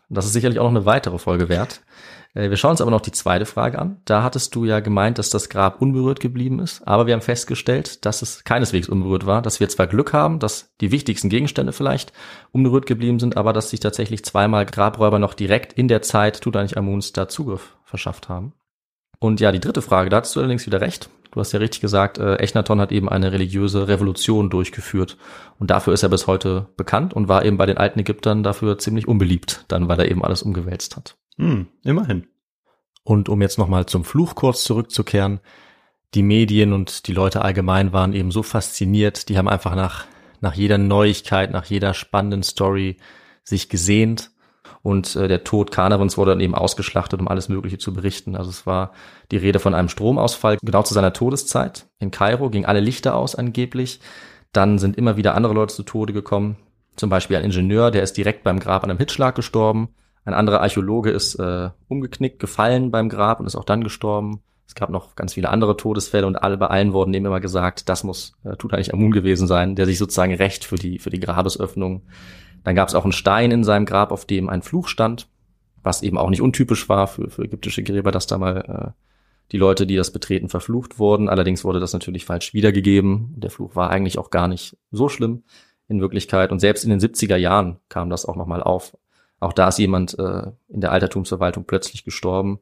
Speaker 5: Das ist sicherlich auch noch eine weitere Folge wert. Wir schauen uns aber noch die zweite Frage an. Da hattest du ja gemeint, dass das Grab unberührt geblieben ist, aber wir haben festgestellt, dass es keineswegs unberührt war, dass wir zwar Glück haben, dass die wichtigsten Gegenstände vielleicht unberührt geblieben sind, aber dass sich tatsächlich zweimal Grabräuber noch direkt in der Zeit Tutanchamuns da Zugriff verschafft haben. Und ja, die dritte Frage, da hattest du allerdings wieder recht. Du hast ja richtig gesagt, äh, Echnaton hat eben eine religiöse Revolution durchgeführt und dafür ist er bis heute bekannt und war eben bei den alten Ägyptern dafür ziemlich unbeliebt, dann weil er eben alles umgewälzt hat.
Speaker 4: Hm, immerhin.
Speaker 5: Und um jetzt nochmal zum Fluch kurz zurückzukehren, die Medien und die Leute allgemein waren eben so fasziniert, die haben einfach nach, nach jeder Neuigkeit, nach jeder spannenden Story sich gesehnt und äh, der Tod Carnarvons wurde dann eben ausgeschlachtet, um alles Mögliche zu berichten. Also es war die Rede von einem Stromausfall genau zu seiner Todeszeit. In Kairo gingen alle Lichter aus angeblich. Dann sind immer wieder andere Leute zu Tode gekommen, zum Beispiel ein Ingenieur, der ist direkt beim Grab an einem Hitzschlag gestorben. Ein anderer Archäologe ist äh, umgeknickt, gefallen beim Grab und ist auch dann gestorben. Es gab noch ganz viele andere Todesfälle und alle bei allen wurden eben immer gesagt, das muss äh, Tutanchamun gewesen sein, der sich sozusagen rächt für die für die Grabesöffnung. Dann gab es auch einen Stein in seinem Grab, auf dem ein Fluch stand, was eben auch nicht untypisch war für für ägyptische Gräber, dass da mal äh, die Leute, die das betreten, verflucht wurden. Allerdings wurde das natürlich falsch wiedergegeben. Der Fluch war eigentlich auch gar nicht so schlimm in Wirklichkeit. Und selbst in den siebziger Jahren kam das auch nochmal auf. Auch da ist jemand äh, in der Altertumsverwaltung plötzlich gestorben.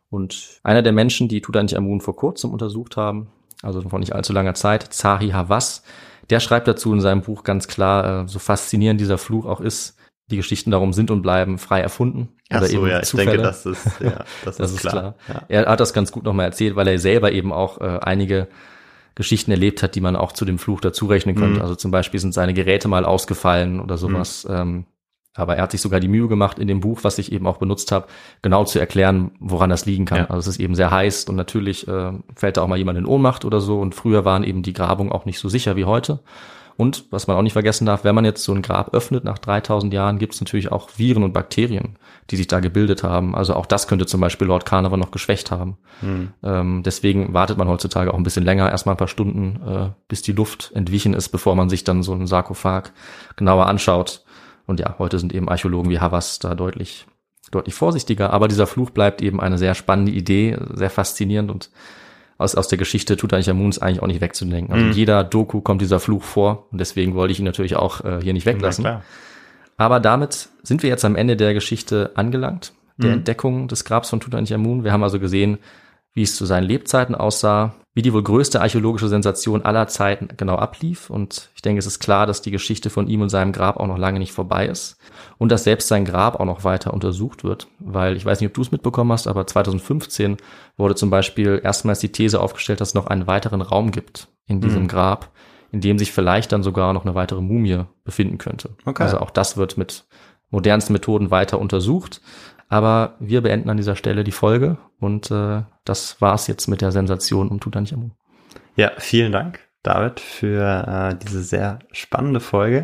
Speaker 5: Und einer der Menschen, die Tutanchamun vor kurzem untersucht haben, also vor nicht allzu langer Zeit, Zahi Hawass, der schreibt dazu in seinem Buch ganz klar, äh, so faszinierend dieser Fluch auch ist, die Geschichten darum sind und bleiben frei erfunden.
Speaker 4: Ach so, ja, ich Zufälle. denke, das ist, ja, das, das ist klar. klar. Ja.
Speaker 5: Er hat das ganz gut nochmal erzählt, weil er selber eben auch äh, einige Geschichten erlebt hat, die man auch zu dem Fluch dazurechnen könnte. Mhm. Also zum Beispiel sind seine Geräte mal ausgefallen oder sowas. Mhm. Ähm, aber er hat sich sogar die Mühe gemacht, in dem Buch, was ich eben auch benutzt habe, genau zu erklären, woran das liegen kann. Ja. Also es ist eben sehr heiß und natürlich äh, fällt da auch mal jemand in Ohnmacht oder so. Und früher waren eben die Grabungen auch nicht so sicher wie heute. Und was man auch nicht vergessen darf, wenn man jetzt so ein Grab öffnet nach dreitausend Jahren, gibt es natürlich auch Viren und Bakterien, die sich da gebildet haben. Also auch das könnte zum Beispiel Lord Carnarvon noch geschwächt haben. Mhm. Ähm, deswegen wartet man heutzutage auch ein bisschen länger, erstmal ein paar Stunden, äh, bis die Luft entwichen ist, bevor man sich dann so einen Sarkophag genauer anschaut. Und ja, heute sind eben Archäologen wie Hawass da deutlich, deutlich vorsichtiger. Aber dieser Fluch bleibt eben eine sehr spannende Idee, sehr faszinierend und aus, aus der Geschichte Tutanchamuns eigentlich auch nicht wegzudenken. Also in mhm. jeder Doku kommt dieser Fluch vor und deswegen wollte ich ihn natürlich auch äh, hier nicht weglassen. Ja, aber damit sind wir jetzt am Ende der Geschichte angelangt, der mhm. Entdeckung des Grabs von Tutanchamun. Wir haben also gesehen, wie es zu seinen Lebzeiten aussah, wie die wohl größte archäologische Sensation aller Zeiten genau ablief. Und ich denke, es ist klar, dass die Geschichte von ihm und seinem Grab auch noch lange nicht vorbei ist. Und dass selbst sein Grab auch noch weiter untersucht wird. Weil, ich weiß nicht, ob du es mitbekommen hast, aber zweitausendfünfzehn wurde zum Beispiel erstmals die These aufgestellt, dass es noch einen weiteren Raum gibt in diesem mhm. Grab, in dem sich vielleicht dann sogar noch eine weitere Mumie befinden könnte. Okay. Also auch das wird mit modernsten Methoden weiter untersucht. Aber wir beenden an dieser Stelle die Folge und äh, das war's jetzt mit der Sensation um Tutanchamun.
Speaker 4: Ja, vielen Dank, David, für äh, diese sehr spannende Folge.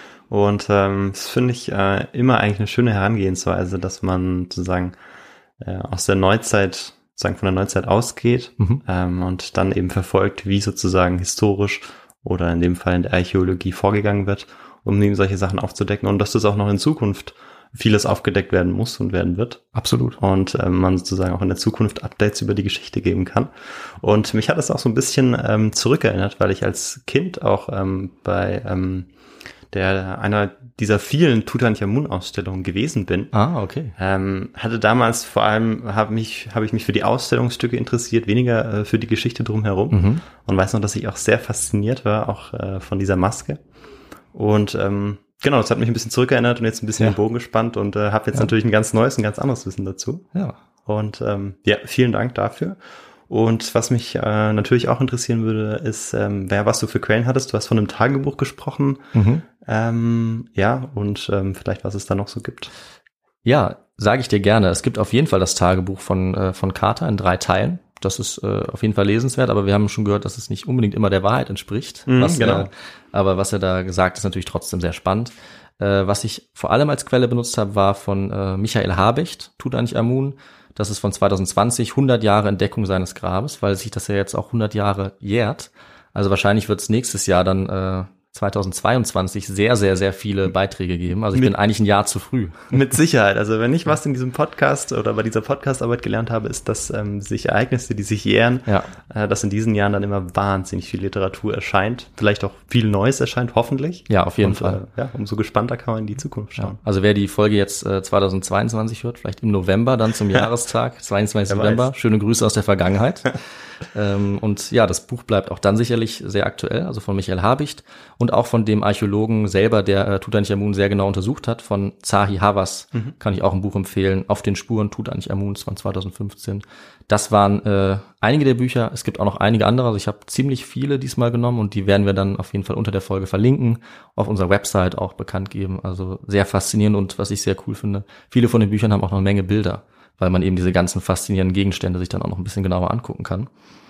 Speaker 4: Und ähm, das finde ich äh, immer eigentlich eine schöne Herangehensweise, dass man sozusagen äh, aus der Neuzeit, sozusagen von der Neuzeit ausgeht mhm. ähm, und dann eben verfolgt, wie sozusagen historisch oder in dem Fall in der Archäologie vorgegangen wird, um eben solche Sachen aufzudecken und dass das auch noch in Zukunft vieles aufgedeckt werden muss und werden wird.
Speaker 5: Absolut.
Speaker 4: Und ähm, man sozusagen auch in der Zukunft Updates über die Geschichte geben kann. Und mich hat es auch so ein bisschen ähm, zurückerinnert, weil ich als Kind auch ähm, bei ähm, der einer dieser vielen Tutanchamun-Ausstellungen gewesen bin.
Speaker 5: Ah, okay.
Speaker 4: Ähm, hatte damals vor allem, habe mich, habe ich mich für die Ausstellungsstücke interessiert, weniger äh, für die Geschichte drumherum. Mhm. Und weiß noch, dass ich auch sehr fasziniert war, auch äh, von dieser Maske. Und ähm, genau, das hat mich ein bisschen zurückerinnert und jetzt ein bisschen ja. den Bogen gespannt und äh, habe jetzt ja. natürlich ein ganz neues, ein ganz anderes Wissen dazu.
Speaker 5: Ja.
Speaker 4: Und ähm, ja, vielen Dank dafür. Und was mich äh, natürlich auch interessieren würde, ist, ähm, wer, was du für Quellen hattest. Du hast von einem Tagebuch gesprochen. Mhm. Ähm, ja, und ähm, vielleicht, was es da noch so gibt.
Speaker 5: Ja, sage ich dir gerne. Es gibt auf jeden Fall das Tagebuch von äh, von Carter in drei Teilen. Das ist äh, auf jeden Fall lesenswert, aber wir haben schon gehört, dass es nicht unbedingt immer der Wahrheit entspricht.
Speaker 4: Mhm,
Speaker 5: was,
Speaker 4: genau.
Speaker 5: äh, aber was er da gesagt hat, ist natürlich trotzdem sehr spannend. Äh, was ich vor allem als Quelle benutzt habe, war von äh, Michael Habicht, Tutanchamun. Das ist von zwanzig zwanzig, hundert Jahre Entdeckung seines Grabes, weil sich das ja jetzt auch hundert Jahre jährt. Also wahrscheinlich wird es nächstes Jahr dann äh, zweitausendzweiundzwanzig sehr, sehr, sehr viele Beiträge geben. Also ich mit, bin eigentlich ein Jahr zu früh.
Speaker 4: Mit Sicherheit. Also wenn ich was in diesem Podcast oder bei dieser Podcastarbeit gelernt habe, ist, dass ähm, sich Ereignisse, die sich jähren, ja. äh, dass in diesen Jahren dann immer wahnsinnig viel Literatur erscheint. Vielleicht auch viel Neues erscheint, hoffentlich.
Speaker 5: Ja, auf jeden Und,
Speaker 4: Fall. Äh, ja, umso gespannter kann man in die Zukunft schauen.
Speaker 5: Ja. Also wer die Folge jetzt äh, zweitausendzweiundzwanzig hört, vielleicht im November, dann zum Jahrestag, zweiundzwanzigsten November. Weiß. Schöne Grüße aus der Vergangenheit. ähm, und ja, das Buch bleibt auch dann sicherlich sehr aktuell, also von Michael Habicht und auch von dem Archäologen selber, der äh, Tutanchamun sehr genau untersucht hat, von Zahi Hawass, mhm. kann ich auch ein Buch empfehlen, Auf den Spuren Tutanchamuns von zweitausendfünfzehn. Das waren äh, einige der Bücher, es gibt auch noch einige andere, also ich habe ziemlich viele diesmal genommen und die werden wir dann auf jeden Fall unter der Folge verlinken, auf unserer Website auch bekannt geben, also sehr faszinierend und was ich sehr cool finde, viele von den Büchern haben auch noch eine Menge Bilder, weil man eben diese ganzen faszinierenden Gegenstände sich dann auch noch ein bisschen genauer angucken kann.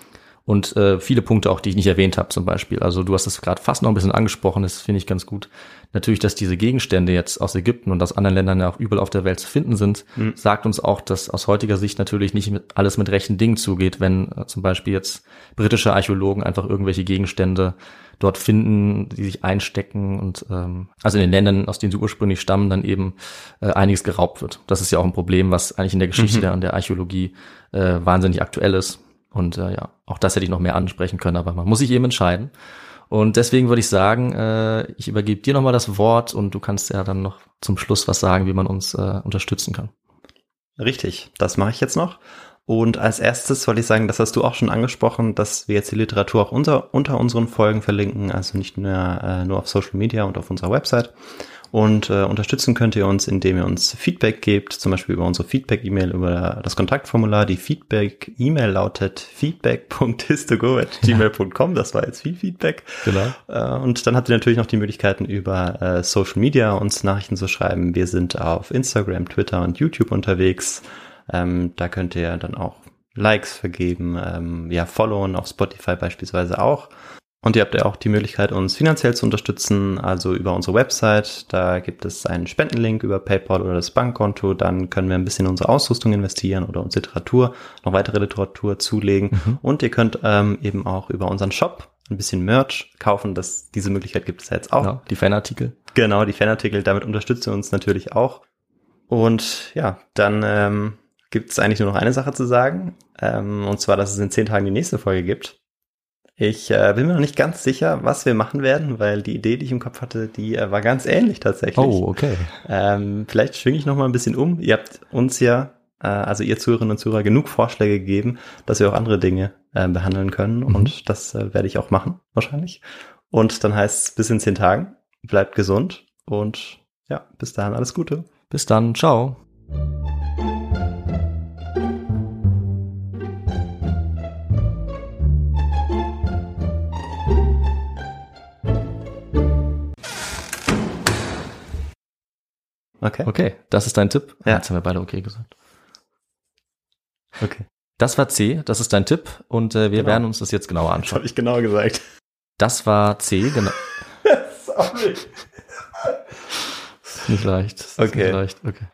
Speaker 5: Und äh, viele Punkte auch, die ich nicht erwähnt habe zum Beispiel. Also du hast es gerade fast noch ein bisschen angesprochen, das finde ich ganz gut. Natürlich, dass diese Gegenstände jetzt aus Ägypten und aus anderen Ländern ja auch überall auf der Welt zu finden sind, mhm. sagt uns auch, dass aus heutiger Sicht natürlich nicht mit, alles mit rechten Dingen zugeht, wenn äh, zum Beispiel jetzt britische Archäologen einfach irgendwelche Gegenstände dort finden, die sich einstecken und ähm, also in den Ländern, aus denen sie ursprünglich stammen, dann eben äh, einiges geraubt wird. Das ist ja auch ein Problem, was eigentlich in der Geschichte mhm. der, der Archäologie äh, wahnsinnig aktuell ist. Und äh, ja, auch das hätte ich noch mehr ansprechen können, aber man muss sich eben entscheiden. Und deswegen würde ich sagen, äh, ich übergebe dir nochmal das Wort und du kannst ja dann noch zum Schluss was sagen, wie man uns äh, unterstützen kann.
Speaker 4: Richtig, das mache ich jetzt noch. Und als erstes wollte ich sagen, das hast du auch schon angesprochen, dass wir jetzt die Literatur auch unter, unter unseren Folgen verlinken, also nicht nur, äh, nur auf Social Media und auf unserer Website. Und äh, unterstützen könnt ihr uns, indem ihr uns Feedback gebt, zum Beispiel über unsere Feedback-E-Mail, über das Kontaktformular. Die Feedback-E-Mail lautet feedback punkt histogo at gmail punkt com. Das war jetzt viel Feedback.
Speaker 5: Genau.
Speaker 4: Äh, und dann habt ihr natürlich noch die Möglichkeiten, über äh, Social Media uns Nachrichten zu schreiben. Wir sind auf Instagram, Twitter und YouTube unterwegs. Ähm, da könnt ihr dann auch Likes vergeben, ähm, ja, followen, auf Spotify beispielsweise auch. Und ihr habt ja auch die Möglichkeit, uns finanziell zu unterstützen, also über unsere Website. Da gibt es einen Spendenlink über PayPal oder das Bankkonto. Dann können wir ein bisschen in unsere Ausrüstung investieren oder uns Literatur, noch weitere Literatur zulegen. Mhm. Und ihr könnt ähm, eben auch über unseren Shop ein bisschen Merch kaufen. Das, diese Möglichkeit gibt es ja jetzt auch.
Speaker 5: Genau, die Fanartikel.
Speaker 4: Genau, die Fanartikel. Damit unterstützt ihr uns natürlich auch. Und ja, dann ähm, gibt es eigentlich nur noch eine Sache zu sagen. Ähm, und zwar, dass es in zehn Tagen die nächste Folge gibt. Ich äh, bin mir noch nicht ganz sicher, was wir machen werden, weil die Idee, die ich im Kopf hatte, die äh, war ganz ähnlich tatsächlich.
Speaker 5: Oh, okay.
Speaker 4: Ähm, vielleicht schwinge ich noch mal ein bisschen um. Ihr habt uns ja, äh, also ihr Zuhörerinnen und Zuhörer, genug Vorschläge gegeben, dass wir auch andere Dinge äh, behandeln können. Mhm. Und das äh, werde ich auch machen, wahrscheinlich. Und dann heißt es bis in zehn Tagen. Bleibt gesund und ja, bis dahin alles Gute.
Speaker 5: Bis dann, ciao.
Speaker 4: Okay.
Speaker 5: Okay, das ist dein Tipp.
Speaker 4: Ja.
Speaker 5: Jetzt haben wir beide okay gesagt.
Speaker 4: Okay.
Speaker 5: Das war C, das ist dein Tipp und äh, wir
Speaker 4: genau.
Speaker 5: werden uns das jetzt genauer anschauen.
Speaker 4: Das habe ich genau gesagt.
Speaker 5: Das war C, genau.
Speaker 4: Sorry.
Speaker 5: Nicht leicht.
Speaker 4: Okay.
Speaker 5: Nicht leicht. Okay.